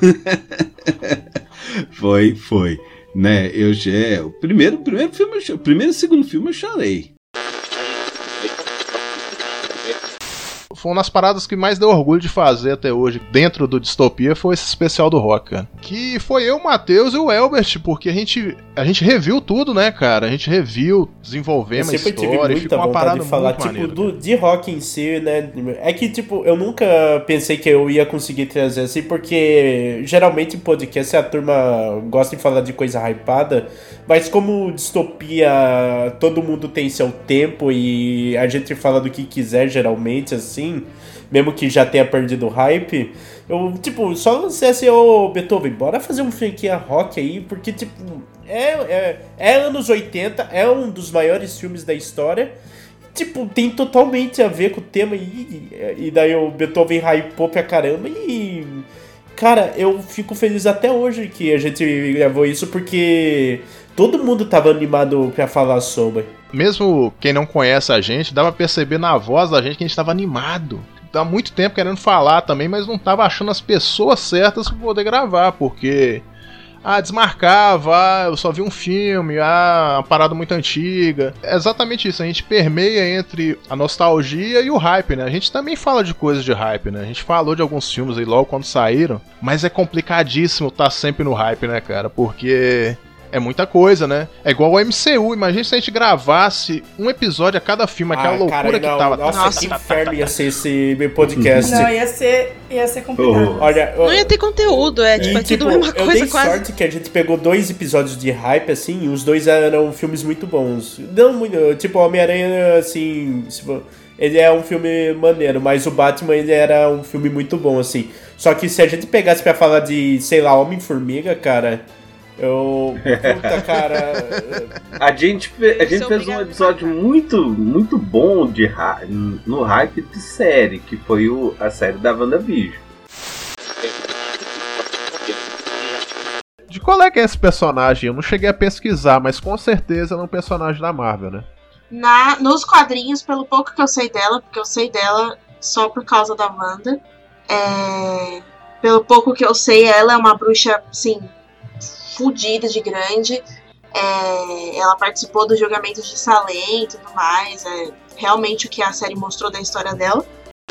foi, foi, né, eu é, o primeiro, primeiro filme, o primeiro e segundo filme eu chorei. Foi uma das paradas que mais deu orgulho de fazer até hoje dentro do Distopia, foi esse especial do Rock, cara. Que foi eu, o Matheus e o Elbert, porque a gente, a gente reviu tudo, né, cara? A gente reviu, desenvolvemos a história, e ficou uma parada de falar, muito tipo, maneira, do, de Rock em si, né? É que, tipo, eu nunca pensei que eu ia conseguir trazer assim, porque geralmente em podcast a turma gosta de falar de coisa hypada, mas como Distopia, todo mundo tem seu tempo e a gente fala do que quiser, geralmente, assim, mesmo que já tenha perdido o hype, eu, tipo, só lancei assim, ô Beethoven, bora fazer um franquia rock aí, porque, tipo, é, é, é anos oitenta, é um dos maiores filmes da história, tipo, tem totalmente a ver com o tema, e, e daí o Beethoven hypou pra caramba, e, cara, eu fico feliz até hoje que a gente gravou isso, porque todo mundo tava animado pra falar sobre. Mesmo quem não conhece a gente, dá pra perceber na voz da gente que a gente tava animado. Há muito tempo querendo falar também, mas não tava achando as pessoas certas pra poder gravar, porque... Ah, desmarcava, ah, eu só vi um filme, ah, uma parada muito antiga. É exatamente isso, a gente permeia entre a nostalgia e o hype, né? A gente também fala de coisas de hype, né? A gente falou de alguns filmes aí logo quando saíram, mas é complicadíssimo estar sempre no hype, né, cara? Porque... é muita coisa, né? É igual o M C U. Imagina se a gente gravasse um episódio a cada filme, aquela ah, loucura cara, que não, tava. Nossa, nossa, que inferno ia ser esse meu podcast. Não, ia ser, ia ser complicado. Oh. Olha, não ia ter conteúdo, é tipo, é tudo a mesma coisa. Eu dei quase. sorte que a gente pegou dois episódios de hype, assim, e os dois eram filmes muito bons. Não muito, tipo, Homem-Aranha, assim, ele é um filme maneiro, mas o Batman, ele era um filme muito bom, assim. Só que se a gente pegasse pra falar de, sei lá, Homem-Formiga, cara... Eu... Puta, cara... A gente, a gente fez um episódio muito, muito bom de, no hype de série, que foi o, a série da WandaVision. De qual é que é esse personagem? Eu não cheguei a pesquisar, mas com certeza é um personagem da Marvel, né? Na, nos quadrinhos, pelo pouco que eu sei dela, porque eu sei dela só por causa da Wanda, é, pelo pouco que eu sei, ela é uma bruxa, assim... fudida de grande, é, ela participou do julgamento de Salem e tudo mais, é realmente o que a série mostrou da história dela.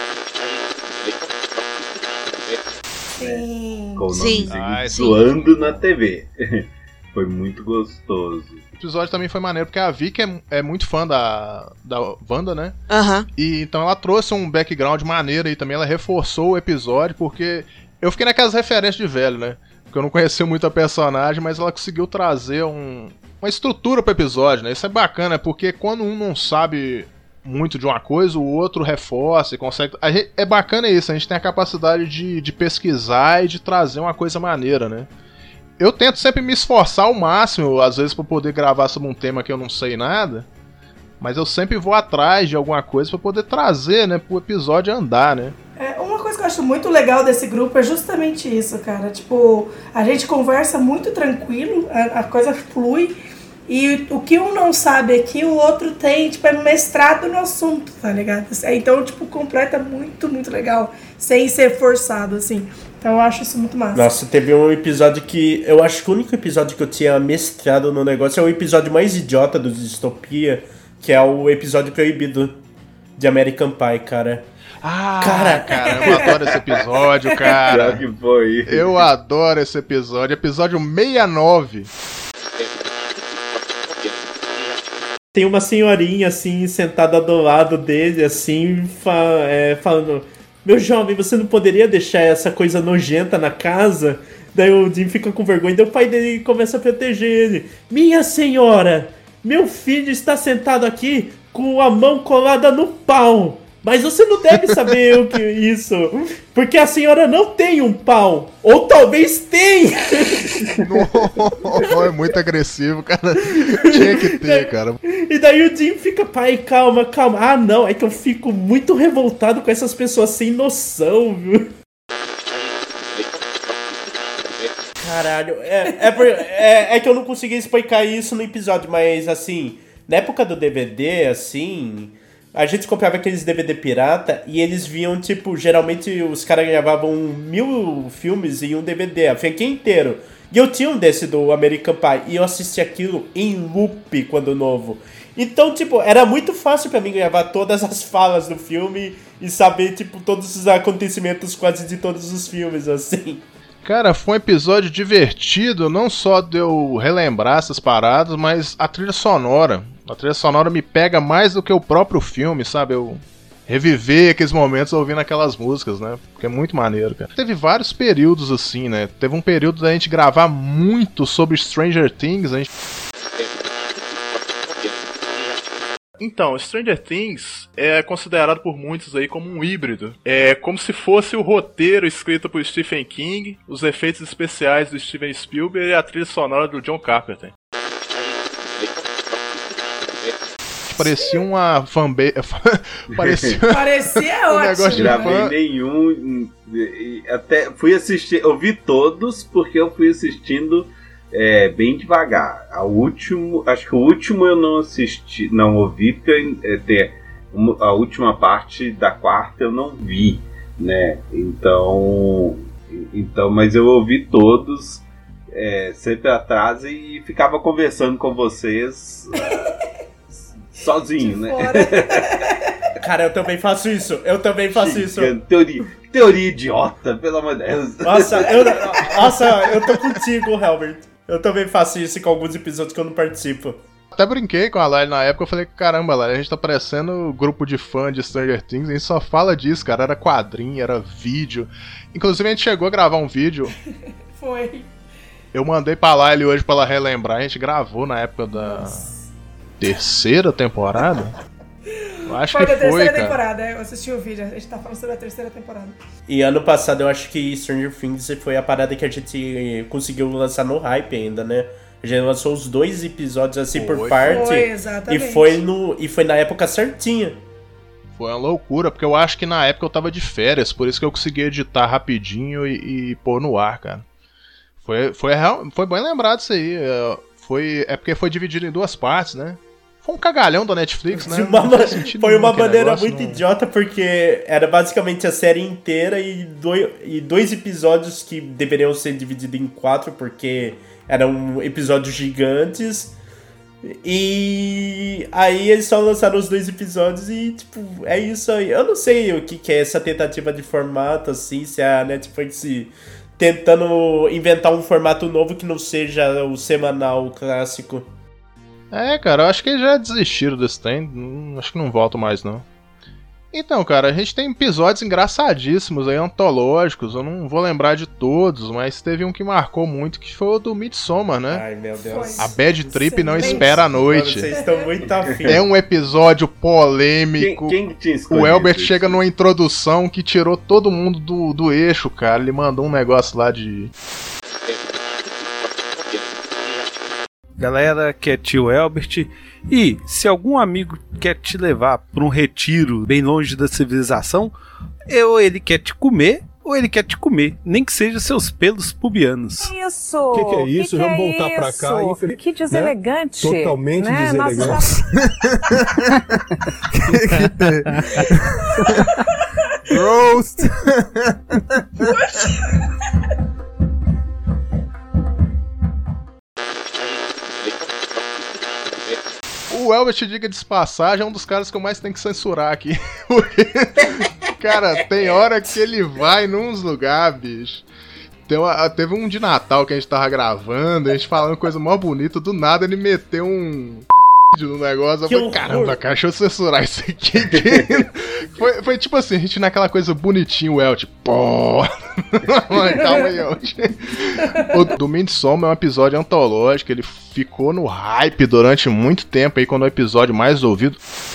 Sim, com o sim, suando na T V. Foi muito gostoso. O episódio também foi maneiro, porque a Vicky é, é muito fã da, da Wanda, né? Aham. Uhum. E então ela trouxe um background maneiro e também ela reforçou o episódio, porque eu fiquei naquelas referências de velho, né? Porque eu não conhecia muito a personagem, mas ela conseguiu trazer um, uma estrutura pro episódio, né? Isso é bacana, porque quando um não sabe muito de uma coisa, o outro reforça e consegue... A gente, é bacana isso, a gente tem a capacidade de, de pesquisar e de trazer uma coisa maneira, né? Eu tento sempre me esforçar ao máximo, às vezes, pra poder gravar sobre um tema que eu não sei nada, mas eu sempre vou atrás de alguma coisa pra poder trazer, né, pro episódio andar, né? É, uma coisa que eu acho muito legal desse grupo é justamente isso, cara. Tipo, a gente conversa muito tranquilo, a, a coisa flui, e o que um não sabe aqui, o outro tem, tipo, é mestrado no assunto, tá ligado? Então, tipo, completa muito, muito legal, sem ser forçado, assim. Então eu acho isso muito massa. Nossa, teve um episódio que... Eu acho que o único episódio que eu tinha mestrado no negócio é o episódio mais idiota do Distopia, que é o episódio proibido. de American Pie, cara. Ah, cara, cara, eu adoro esse episódio, cara. Que foi. Eu adoro esse episódio. Episódio sessenta e nove. Tem uma senhorinha, assim, sentada do lado dele, assim, fa é, falando... Meu jovem, você não poderia deixar essa coisa nojenta na casa? Daí o Jim fica com vergonha, daí o pai dele começa a proteger ele. Minha senhora, meu filho está sentado aqui com a mão colada no pau. Mas você não deve saber o que é isso, porque a senhora não tem um pau. Ou talvez tenha. Não, é muito agressivo, cara. Tinha que ter, cara. E daí o Jim fica, pai, calma, calma. Ah, não, é que eu fico muito revoltado com essas pessoas sem noção, viu? Caralho, é, é, por, é, é que eu não consegui explicar isso no episódio, mas assim, na época do D V D, assim... A gente comprava aqueles D V D pirata e eles viam, tipo, geralmente os caras gravavam mil filmes em um D V D, a franquia inteiro. E eu tinha um desse do American Pie e eu assisti aquilo em loop quando novo. Então, tipo, era muito fácil pra mim gravar todas as falas do filme e saber, tipo, todos os acontecimentos quase de todos os filmes, assim. Cara, foi um episódio divertido, não só de eu relembrar essas paradas, mas a trilha sonora. A trilha sonora me pega mais do que o próprio filme, sabe? Eu reviver aqueles momentos ouvindo aquelas músicas, né? Porque é muito maneiro, cara. Teve vários períodos assim, né? Teve um período da gente gravar muito sobre Stranger Things, a gente... Então, Stranger Things é considerado por muitos aí como um híbrido. É como se fosse o roteiro escrito por Stephen King, os efeitos especiais do Steven Spielberg e a trilha sonora do John Carpenter. Parecia uma fanbase. Parecia, Parecia um ótimo. negócio de Gravei fã. nenhum. Até fui assistir. Eu vi todos porque eu fui assistindo é, bem devagar. A último, acho que o último eu não assisti, não ouvi, porque é, a última parte da quarta eu não vi, né? Então, então mas eu ouvi todos é, sempre atrás e ficava conversando com vocês. Sozinho, né? Cara, eu também faço isso. Eu também faço isso. Teoria, teoria idiota, pelo amor de Deus. Nossa, eu, nossa, eu tô contigo, Helbert. Eu também faço isso com alguns episódios que eu não participo. Até brinquei com a Lari na época, eu falei, caramba, Lari, a gente tá parecendo grupo de fã de Stranger Things, a gente só fala disso, cara, era quadrinho, era vídeo. Inclusive a gente chegou a gravar um vídeo. Foi. Eu mandei pra Lari hoje pra ela relembrar, a gente gravou na época da... Nossa. Terceira temporada? Eu acho foi que da foi, terceira cara. temporada, eu assisti o vídeo, a gente tá falando sobre a terceira temporada. E ano passado eu acho que Stranger Things foi a parada que a gente conseguiu lançar no hype ainda, né? A gente lançou os dois episódios assim foi. por parte. Foi, exatamente. E foi, no, e foi na época certinha. Foi uma loucura, porque eu acho que na época eu tava de férias, por isso que eu consegui editar rapidinho e, e pôr no ar, cara. Foi, foi, foi bem lembrado isso aí. Foi, é porque foi dividido em duas partes, né? Foi um cagalhão da Netflix, né? Uma, foi uma maneira negócio, muito não... idiota, porque era basicamente a série inteira e dois, e dois episódios que deveriam ser divididos em quatro, porque eram episódios gigantes. E aí eles só lançaram os dois episódios e, tipo, é isso aí. Eu não sei o que, que é essa tentativa de formato, assim, se a Netflix tentando inventar um formato novo que não seja o semanal clássico. É, cara, eu acho que já desistiram desse trem, acho que não volto mais, não. Então, cara, a gente tem episódios engraçadíssimos aí, antológicos, eu não vou lembrar de todos, mas teve um que marcou muito, que foi o do Midsommar, né? Ai, meu Deus. A Bad Trip Não Espera a Noite. Vocês estão muito afim. É um episódio polêmico. Quem, quem tinha escolhido o Elbert isso? chega numa introdução que tirou todo mundo do, do eixo, cara. Ele mandou um negócio lá de... Galera, que é tio Elbert, e se algum amigo quer te levar para um retiro bem longe da civilização, ou ele quer te comer, ou ele quer te comer, nem que seja seus pelos pubianos. Isso! O que, que é isso? Que Vamos que voltar é pra isso? cá. Infeliz... Que deselegante. Né? Totalmente né? deselegante. Roast! O Elbert Welbert, diga de passagem, é um dos caras que eu mais tenho que censurar aqui. Porque, cara, tem hora que ele vai nos lugares, bicho. Tem uma, teve um de Natal que a gente tava gravando, a gente falando coisa mó bonita, do nada ele meteu um... no negócio, eu Que falei, horror. caramba, cara, deixa eu censurar isso aqui. foi, foi tipo assim, a gente naquela coisa bonitinha, o Welch, pô. Calma aí, Welch. O do Midsommar é um episódio antológico, ele ficou no hype durante muito tempo aí, quando é o episódio mais ouvido.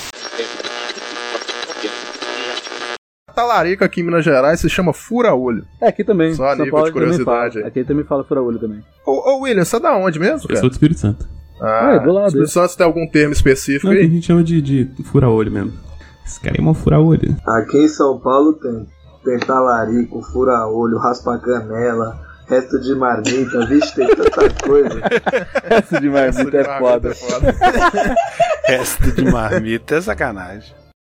Talarica aqui em Minas Gerais se chama fura-olho. É, aqui também. Só a São nível Paulo de curiosidade também aí. fala. Aqui também fala fura-olho também. Ô, ô William, você é da onde mesmo, Eu cara? sou do Espírito Santo. Ah, Ah, é do lado Espírito Santo, você tem algum termo específico Não, que a aí? gente chama de, de fura-olho mesmo. Esse cara é uma fura-olho. Aqui em São Paulo tem. Tem talarico, fura-olho, raspa-canela, resto de marmita, vixe, tem tanta coisa. Resto de marmita é foda. Resto de marmita é sacanagem.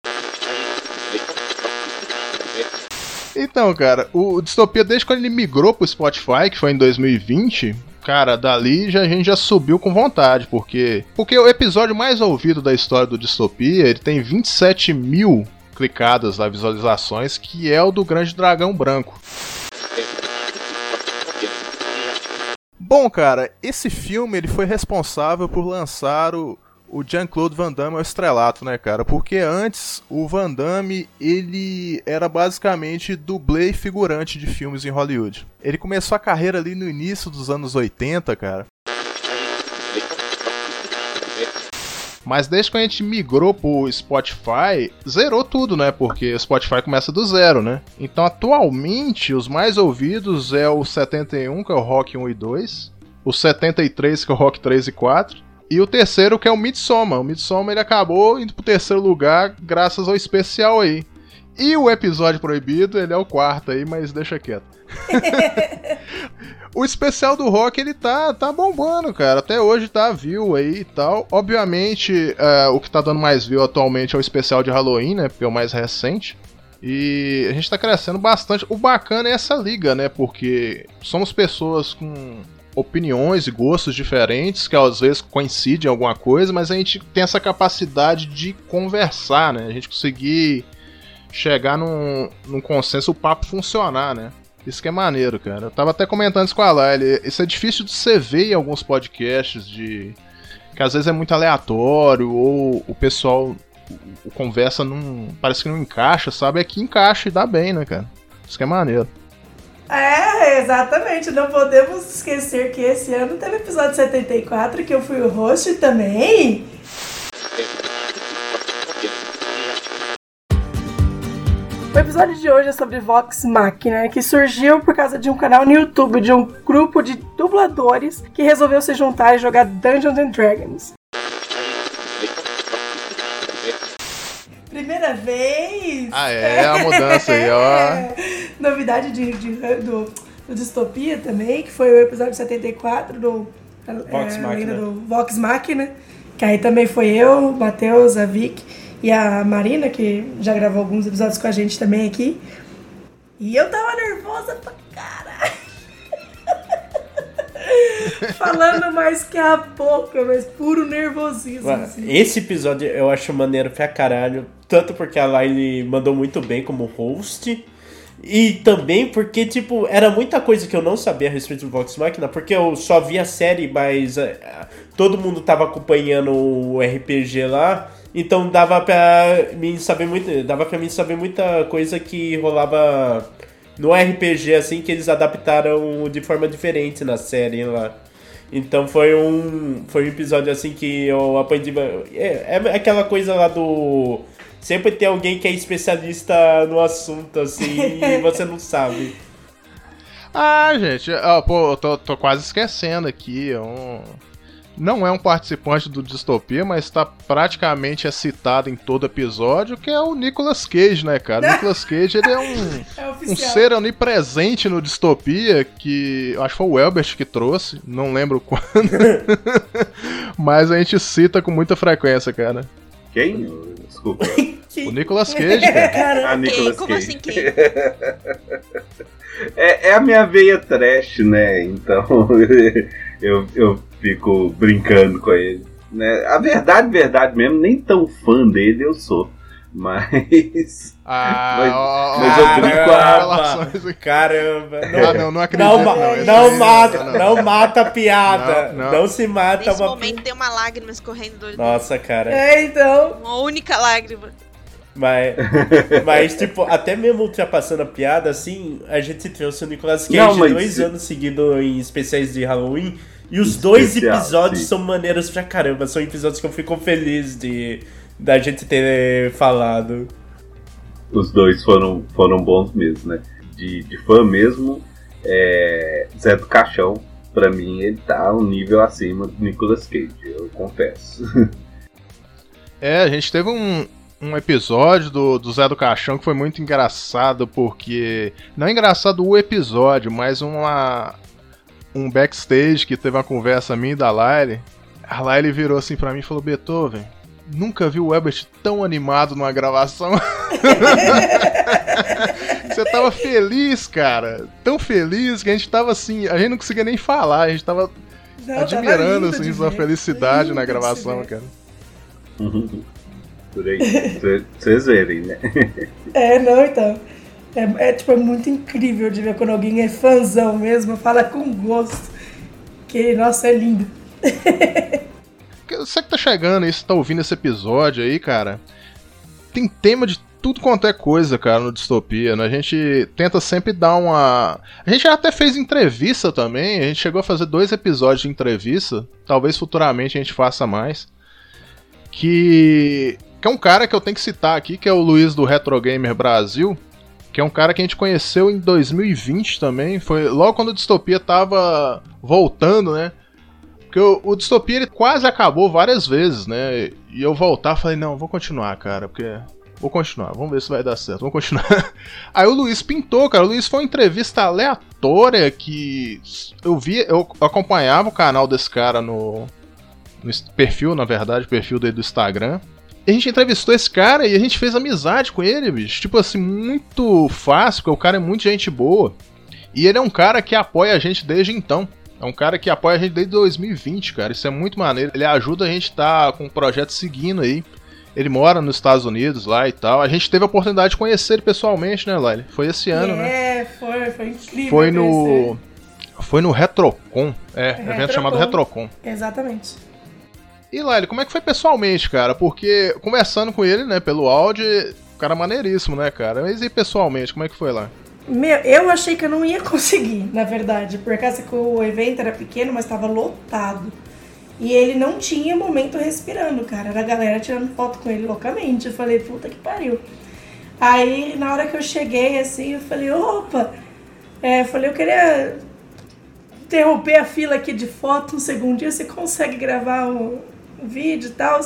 Então, cara, o Distopia, desde quando ele migrou pro Spotify, que foi em dois mil e vinte, cara, dali já, a gente já subiu com vontade, porque... Porque o episódio mais ouvido da história do Distopia, ele tem vinte e sete mil clicadas lá, visualizações, que é o do Grande Dragão Branco. Bom, cara, esse filme ele foi responsável por lançar o... o Jean-Claude Van Damme ao estrelato, né, cara? Porque antes, o Van Damme, ele era basicamente dublê e figurante de filmes em Hollywood. Ele começou a carreira ali no início dos anos oitenta, cara. Mas desde que a gente migrou pro Spotify, zerou tudo, né? Porque o Spotify começa do zero, né? Então, atualmente, os mais ouvidos é o setenta e um, que é o Rock um e dois, o setenta e três, que é o Rock três e quatro, e o terceiro, que é o Midsommar. O Midsommar, ele acabou indo pro terceiro lugar graças ao especial aí. E o episódio proibido, ele é o quarto aí, mas deixa quieto. O especial do Rock, ele tá, tá bombando, cara. Até hoje tá view aí e tal. Obviamente, é, o que tá dando mais view atualmente é o especial de Halloween, né? Porque é o mais recente. E a gente tá crescendo bastante. O bacana é essa liga, né? Porque somos pessoas com opiniões e gostos diferentes, que às vezes coincidem em alguma coisa, mas a gente tem essa capacidade de conversar, né? A gente conseguir chegar num, num consenso, o papo funcionar, né? Isso que é maneiro, cara. Eu tava até comentando isso com a Laila. Isso é difícil de você ver em alguns podcasts, de que às vezes é muito aleatório, ou o pessoal o, o conversa não... parece que não encaixa, sabe? Aqui encaixa e dá bem, né, cara? Isso que é maneiro. É, exatamente. Não podemos esquecer que esse ano teve o episódio setenta e quatro, que eu fui o host também. O episódio de hoje é sobre Vox Machina, que surgiu por causa de um canal no YouTube de um grupo de dubladores que resolveu se juntar e jogar Dungeons and Dragons. Primeira vez! Ah, é, a mudança aí, ó. Novidade de, de, do, do Distopia também, que foi o episódio setenta e quatro do Vox é, Machina. do Vox Machina, que aí também foi eu, o Matheus, a Vic e a Marina, que já gravou alguns episódios com a gente também aqui. E eu tava nervosa pra caralho. Falando mais que a boca, mas puro nervosismo. Mano, Assim. esse episódio eu acho maneiro pra caralho. Tanto porque a Laile mandou muito bem como host. E também porque, tipo, era muita coisa que eu não sabia a respeito do Vox Machina. Porque eu só vi a série, mas uh, todo mundo tava acompanhando o R P G lá. Então dava pra mim saber muito, dava pra mim saber muita coisa que rolava no R P G, assim, que eles adaptaram de forma diferente na série lá. Então foi um, foi um episódio assim que eu aprendi. É, é aquela coisa lá do... Sempre tem alguém que é especialista no assunto, assim, e você não sabe. Ah, gente, ó, pô, eu tô, tô quase esquecendo aqui, é um... Não é um participante do Distopia, mas tá praticamente é citado em todo episódio, que é o Nicolas Cage, né, cara? O Nicolas Cage, ele é um, é um ser onipresente no Distopia, que eu acho que foi o Elbert que trouxe, não lembro quando, mas a gente cita com muita frequência, cara. Quem? Desculpa. O Nicolas Cage, cara. Ah, Nicolas Como Cage. assim, quem? É, é a minha veia trash, né? Então eu, eu fico brincando com ele. né? A verdade, verdade mesmo, nem tão fã dele eu sou. Mas. Ah, mas, ó, mas eu brinco a. Caramba! Não, ah, não, não acredito. Não, não, não, não, não mata, não. não mata a piada. Não, não. não se mata Nesse uma. Nesse momento tem uma lágrima escorrendo do olho. Nossa, cara. É, então. Uma única lágrima. Mas, mas, tipo, até mesmo ultrapassando a piada, assim, a gente trouxe o Nicolas Cage não, mas... dois anos seguidos em especiais de Halloween. E os dois Especial, episódios sim. são maneiros pra caramba. São episódios que eu fico feliz de da gente ter falado. Os dois foram, foram bons mesmo, né? De, de fã mesmo, é, Zé do Caixão, pra mim, ele tá um nível acima do Nicolas Cage, eu confesso. É, a gente teve um, um episódio do, do Zé do Caixão que foi muito engraçado, porque... Não é engraçado o episódio, mas uma... um backstage que teve uma conversa minha e da Laile. A Laile virou assim pra mim e falou: Beethoven, nunca vi o Ebert tão animado numa gravação. Você tava feliz, cara. Tão feliz que a gente tava assim, a gente não conseguia nem falar, a gente tava não, admirando tava assim, sua felicidade lindo na gravação, cara. Por aí, vocês verem, né? É, não, então. É, é, tipo, é muito incrível de ver quando alguém é fãzão mesmo, fala com gosto. Que, nossa, é lindo. Você que tá chegando aí, você tá ouvindo esse episódio aí, cara, tem tema de tudo quanto é coisa, cara, no Distopia, né? A gente tenta sempre dar uma... A gente até fez entrevista também, a gente chegou a fazer dois episódios de entrevista, talvez futuramente a gente faça mais, que... que é um cara que eu tenho que citar aqui, que é o Luiz do Retro Gamer Brasil, que é um cara que a gente conheceu em dois mil e vinte também, foi logo quando o Distopia tava voltando, né? Porque o, o Distopia ele quase acabou várias vezes, né? E eu voltar, falei, não, vou continuar, cara, porque... Vou continuar, vamos ver se vai dar certo, vamos continuar. Aí o Luiz pintou, cara, o Luiz foi uma entrevista aleatória que eu vi, eu acompanhava o canal desse cara no, no perfil, na verdade, o perfil dele do Instagram. E a gente entrevistou esse cara e a gente fez amizade com ele, bicho. Tipo assim, muito fácil, porque o cara é muito gente boa. E ele é um cara que apoia a gente desde então. É um cara que apoia a gente desde dois mil e vinte, cara. Isso é muito maneiro. Ele ajuda a gente a tá com o projeto seguindo aí. Ele mora nos Estados Unidos lá e tal. A gente teve a oportunidade de conhecer ele pessoalmente, né, Laile? Foi esse ano, é, né? É, foi, foi incrível. Foi no... Foi no Retrocon. É, é evento Retrocon. Chamado Retrocon. Exatamente. E, Laile, como é que foi pessoalmente, cara? Porque conversando com ele, né, pelo áudio, o cara é maneiríssimo, né, cara? Mas e pessoalmente, como é que foi lá? Meu, eu achei que eu não ia conseguir, na verdade. Por causa que o evento era pequeno, mas tava lotado. E ele não tinha momento respirando, cara. Era a galera tirando foto com ele loucamente. Eu falei, puta que pariu. Aí, na hora que eu cheguei, assim, eu falei, opa! É, eu falei, eu queria interromper a fila aqui de foto um segundinho. Você consegue gravar um, um vídeo e tal?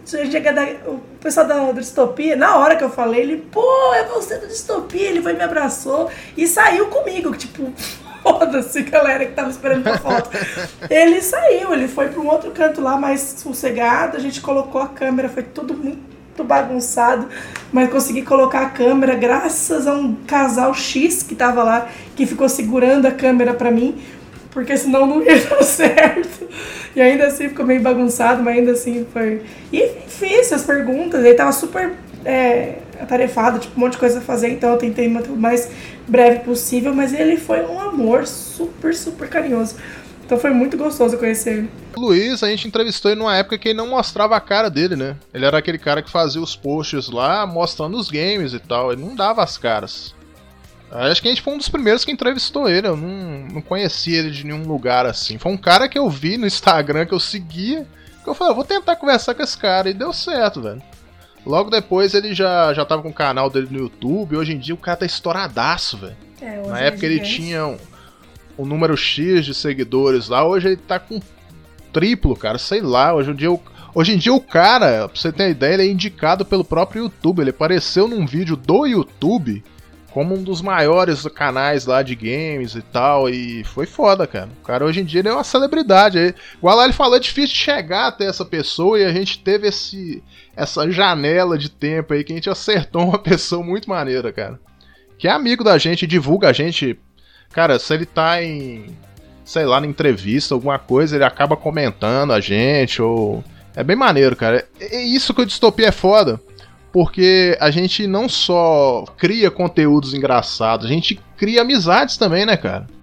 O pessoal da Distopia, na hora que eu falei, ele, pô, é você da Distopia. Ele foi, me abraçou e saiu comigo, tipo... Foda-se, galera que tava esperando pra foto. Ele saiu, ele foi pra um outro canto lá mais sossegado. A gente colocou a câmera, foi tudo muito bagunçado, mas consegui colocar a câmera graças a um casal X que tava lá, que ficou segurando a câmera pra mim, porque senão não ia dar certo. E ainda assim ficou meio bagunçado, mas ainda assim foi... E fiz as perguntas, ele tava super... É, atarefado, tipo, um monte de coisa a fazer, então eu tentei manter o mais breve possível, mas ele foi um amor super, super carinhoso. Então foi muito gostoso conhecer ele. O Luiz, a gente entrevistou ele numa época que ele não mostrava a cara dele, né? Ele era aquele cara que fazia os posts lá, mostrando os games e tal, ele não dava as caras. Acho que a gente foi um dos primeiros que entrevistou ele, eu não, não conhecia ele de nenhum lugar assim. Foi um cara que eu vi no Instagram, que eu seguia, que eu falei, vou tentar conversar com esse cara, e deu certo, velho. Logo depois ele já, já tava com o canal dele no YouTube. Hoje em dia o cara tá estouradaço, velho. É, na época ele tinha um, um número X de seguidores lá. Hoje ele tá com triplo, cara. Sei lá. Hoje em dia, hoje em dia o cara, pra você ter uma ideia, ele é indicado pelo próprio YouTube. Ele apareceu num vídeo do YouTube como um dos maiores canais lá de games e tal. E foi foda, cara. O cara hoje em dia ele é uma celebridade. Ele, igual lá ele falou, é difícil chegar até essa pessoa. E a gente teve esse... essa janela de tempo aí que a gente acertou uma pessoa muito maneira, cara. Que é amigo da gente, divulga a gente. Cara, se ele tá em, sei lá, na entrevista, alguma coisa, ele acaba comentando a gente, ou É bem maneiro, cara. É isso que o Distopia é foda. Porque a gente não só cria conteúdos engraçados, a gente cria amizades também, né, cara?